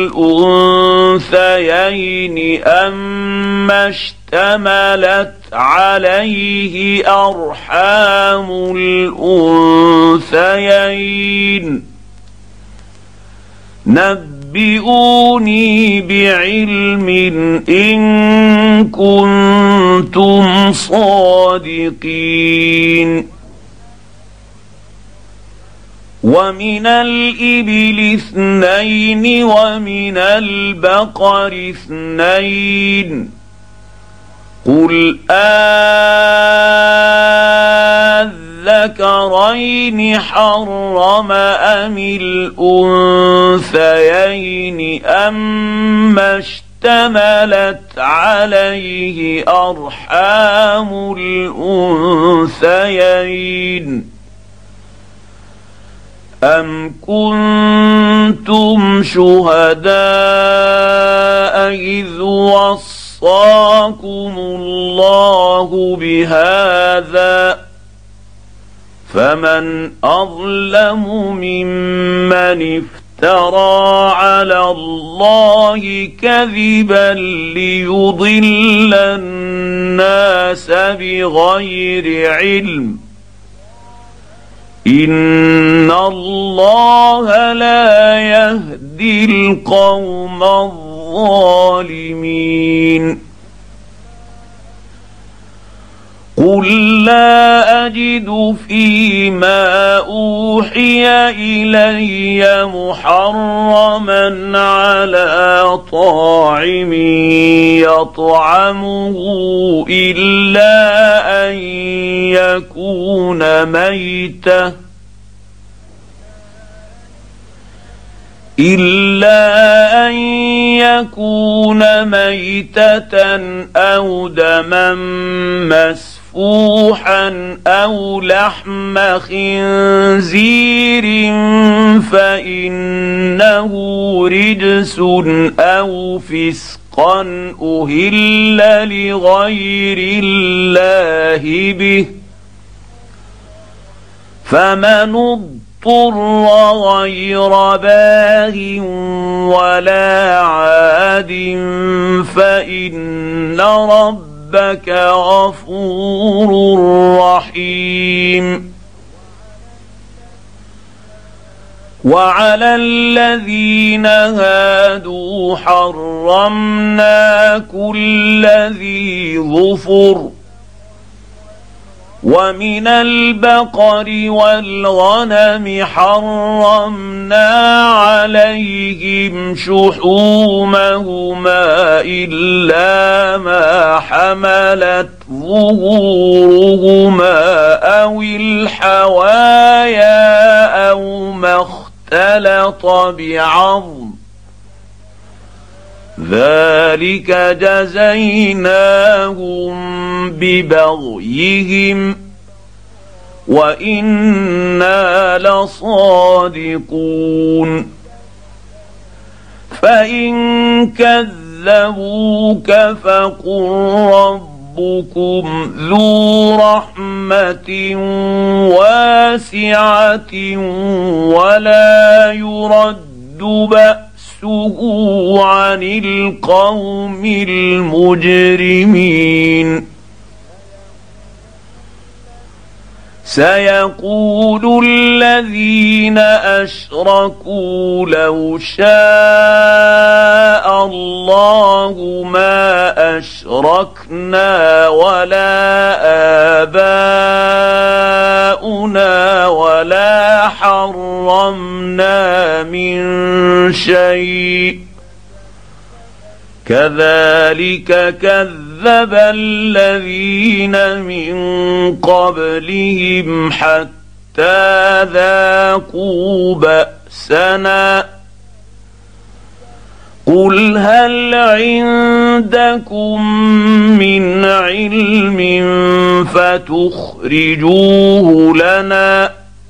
الأنثيين أما اشتملت عليه أرحام الأنثيين نبئوني بعلم إن كنتم صادقين ومن الإبل اثنين ومن البقر اثنين قل أذكرين حرم أم الأنثيين أما اشتملت عليه أرحام الأنثيين أم كنتم شهداء إذ وصاكم الله بهذا فمن أظلم ممن افترى على الله كذبا ليضل الناس بغير علم إن الله لا يهدي القوم الظالمين قل لا أجد فيما أوحي إلي محرما على طاعم يطعمه إلا أن يكون ميتة إلا أن يكون ميتة أو دما مسفوحا أو لحم خنزير فإنه رجس أو فسق رزقا أهل لغير الله به فمن اضطر غير باغ ولا عاد فإن ربك غفور رحيم. وعلى الذين هادوا حرمنا كل ذي ظفر ومن البقر والغنم حرمنا عليهم شحومهما إلا ما حملت ظهورهما أو الحوايا أو ما اختلط بعظم ذلك جزيناهم ببغيهم وإنا لصادقون. فإن كذبوك فقل ربكم ذو رحمة واسعة ولا يرد بأسه عن القوم المجرمين. سيقول الذين أشركوا لو شاء الله ما أشركنا ولا آباؤنا ولا حرمنا من شيء كذلك كذب الذين من قبلهم حتى ذاقوا بأسنا قل هل عندكم من علم فتخرجوه لنا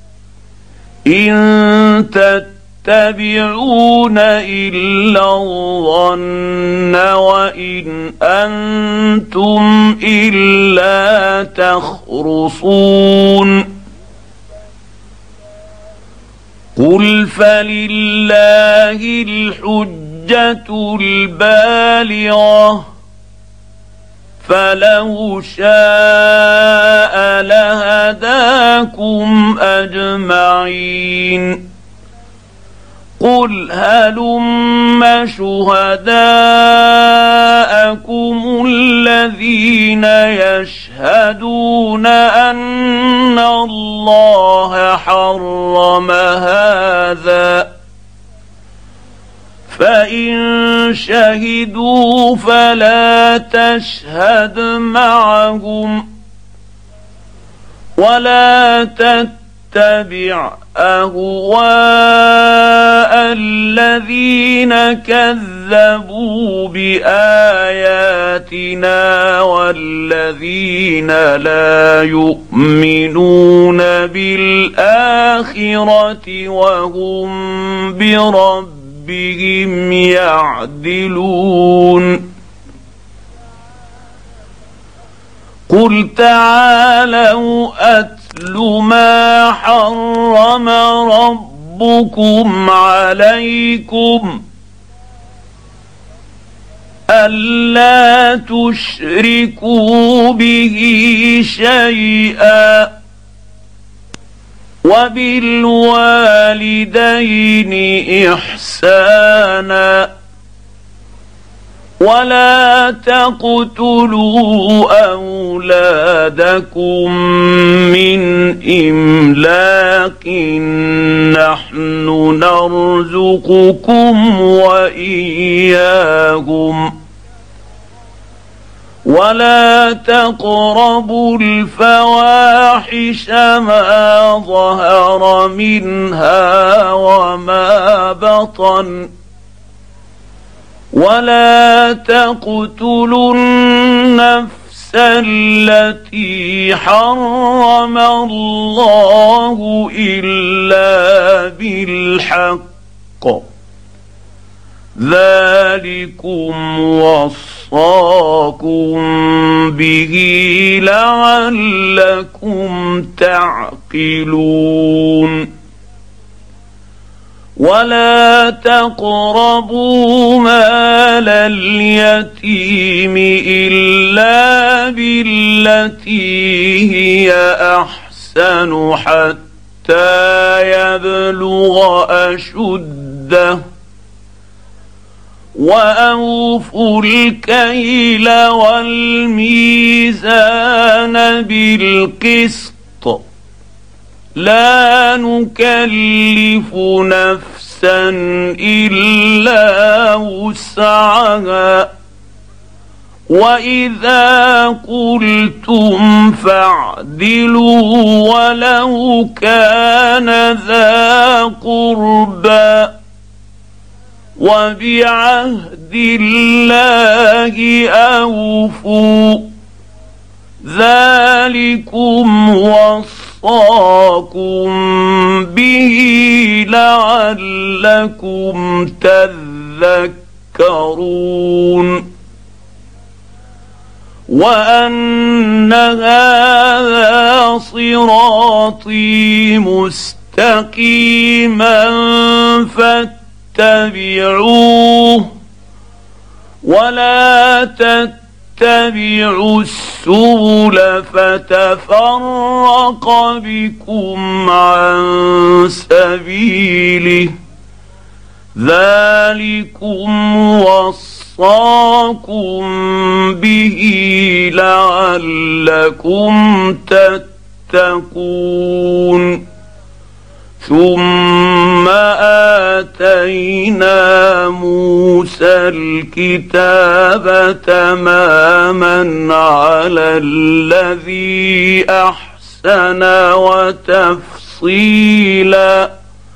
إن تتبعون إلا الظن وإن أنتم إلا تخرصون قل فلله الحجة البالغة فلو شاء لهداكم أجمعين قل هلم شهداءكم الذين يشهدون أن الله حرم هذا فإن شهدوا فلا تشهد معهم ولا تتبع أهواء الذين كذبوا بآياتنا والذين لا يؤمنون بالآخرة وهم بربهم يعدلون قل تعالوا أتل ما حرم ربكم عليكم ألا تشركوا به شيئا وبالوالدين إحسانا ولا تقتلوا أولادكم من إملاق نحن نرزقكم وإياهم ولا تقربوا الفواحش ما ظهر منها وما بطن ولا تقتلوا النفس التي حرم الله إلا بالحق ذلكم وصاكم به لعلكم تعقلون ولا تقربوا مال اليتيم إلا بالتي هي أحسن حتى يبلغ أشده وأوفوا الكيل والميزان بالقسط لا نكلف نفسا إلا وسعها وإذا قلتم فاعدلوا ولو كان ذا قربى وبعهد الله أوفوا ذلكم وصاكم به لعلكم تذكرون وأن هذا صراطي مستقيما فاتبعوه ولا تتبعوا السبل فتفرق بكم عن سبيله ذلكم وصاكم به لعلكم تتقون ثم آتينا موسى الكتاب تماما على الذي أحسن وتفصيلا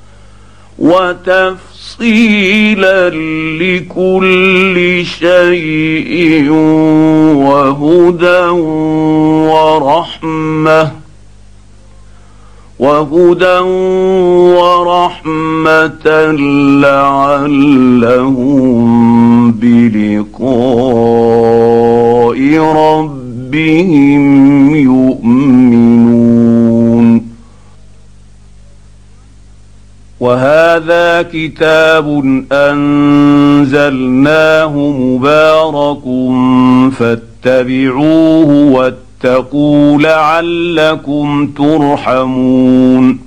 وتفصيلا لكل شيء وهدى ورحمة وهدى ورحمة لعلهم بلقاء ربهم يؤمنون وهذا كتاب أنزلناه مبارك فاتبعوه واتقوا لعلكم ترحمون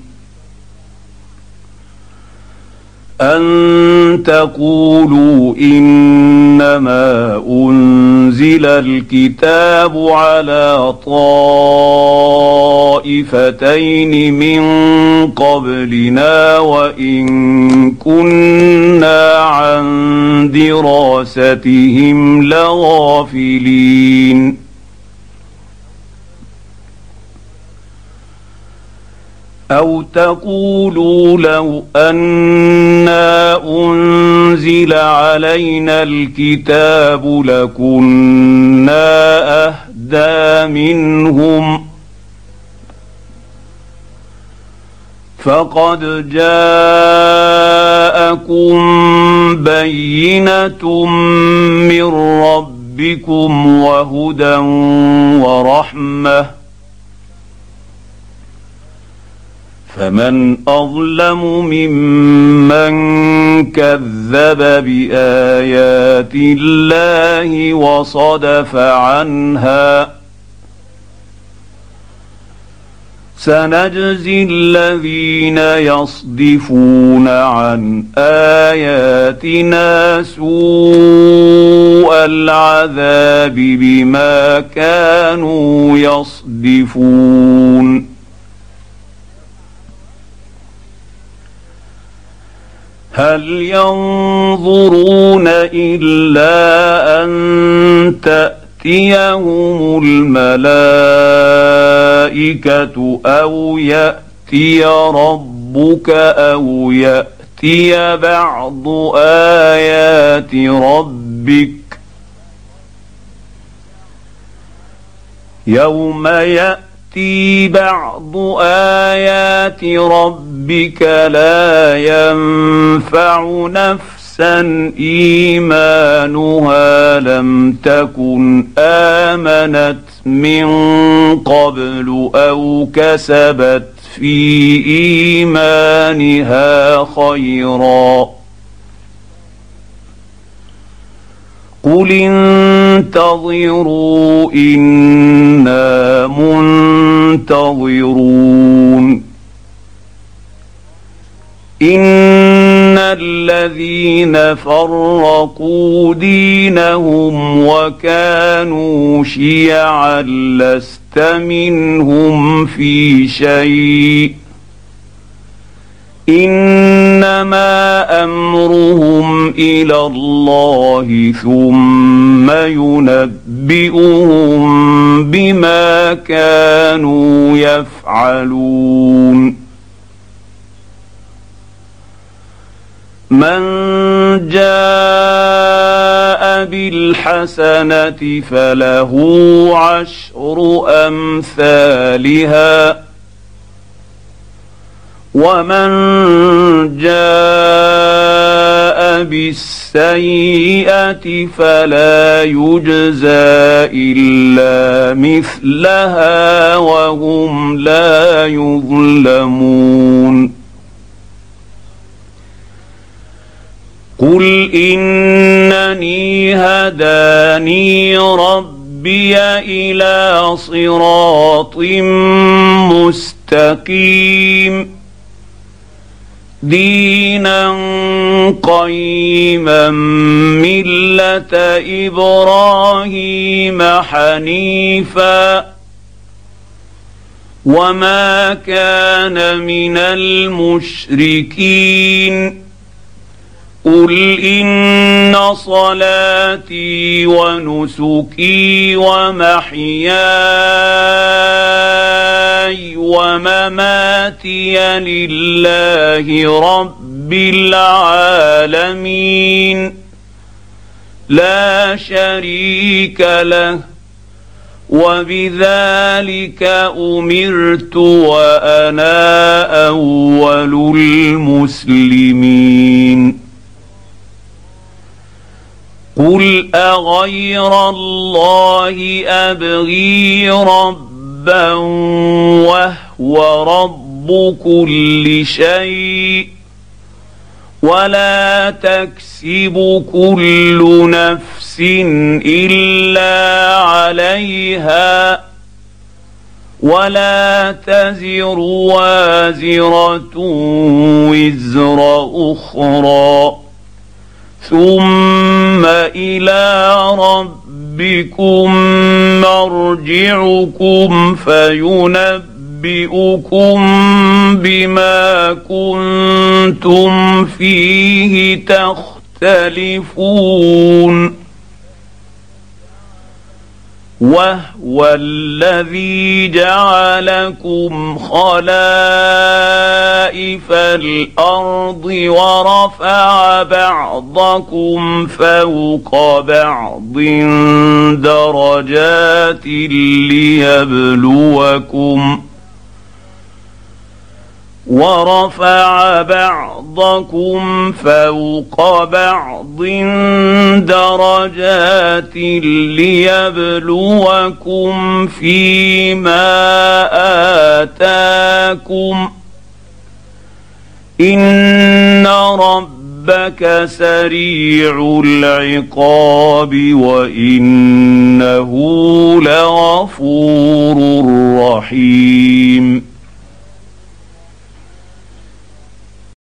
أن تقولوا إنما أنزل الكتاب على طائفتين من قبلنا وإن كنا عن دراستهم لغافلين أو تقولوا لو أنا أنزل علينا الكتاب لكنا أهدى منهم فقد جاءكم بينة من ربكم وهدى ورحمة فمن أظلم ممن كذب بآيات الله وصدف عنها سنجزي الذين يصدفون عن آياتنا سوء العذاب بما كانوا يصدفون هل ينظرون إلا أن تأتيهم الملائكة أو يأتي ربك أو يأتي بعض آيات ربك يوم يأتي بعض آيات ربك لا ينفع نفسا ايمانها لم تكن امنت من قبل او كسبت في ايمانها خيرا قل انتظروا انا منتظرون ان الذين فرقوا دينهم وكانوا شيعا لست منهم في شيء انما امرهم الى الله ثم ينبئهم بما كانوا يفعلون من جاء بالحسنة فله عشر أمثالها ومن جاء بالسيئة فلا يجزى إلا مثلها وهم لا يظلمون قل إنني هداني ربي إلى صراط مستقيم دينا قيما ملة إبراهيم حنيفا وما كان من المشركين قل إن صلاتي ونسكي ومحياي ومماتي لله رب العالمين لا شريك له وبذلك أمرت وأنا أول المسلمين قل أغير الله أبغي ربا وهو رب كل شيء ولا تكسب كل نفس إلا عليها ولا تزر وازرة وزر أخرى ثم إلى ربكم مرجعكم فينبئكم بما كنتم فيه تختلفون وهو الذي جعلكم خلائف الأرض ورفع بعضكم فوق بعض درجات ليبلوكم ورفع بعضكم فوق بعض درجات ليبلوكم فيما آتاكم إن ربك سريع العقاب وإنه لغفور رحيم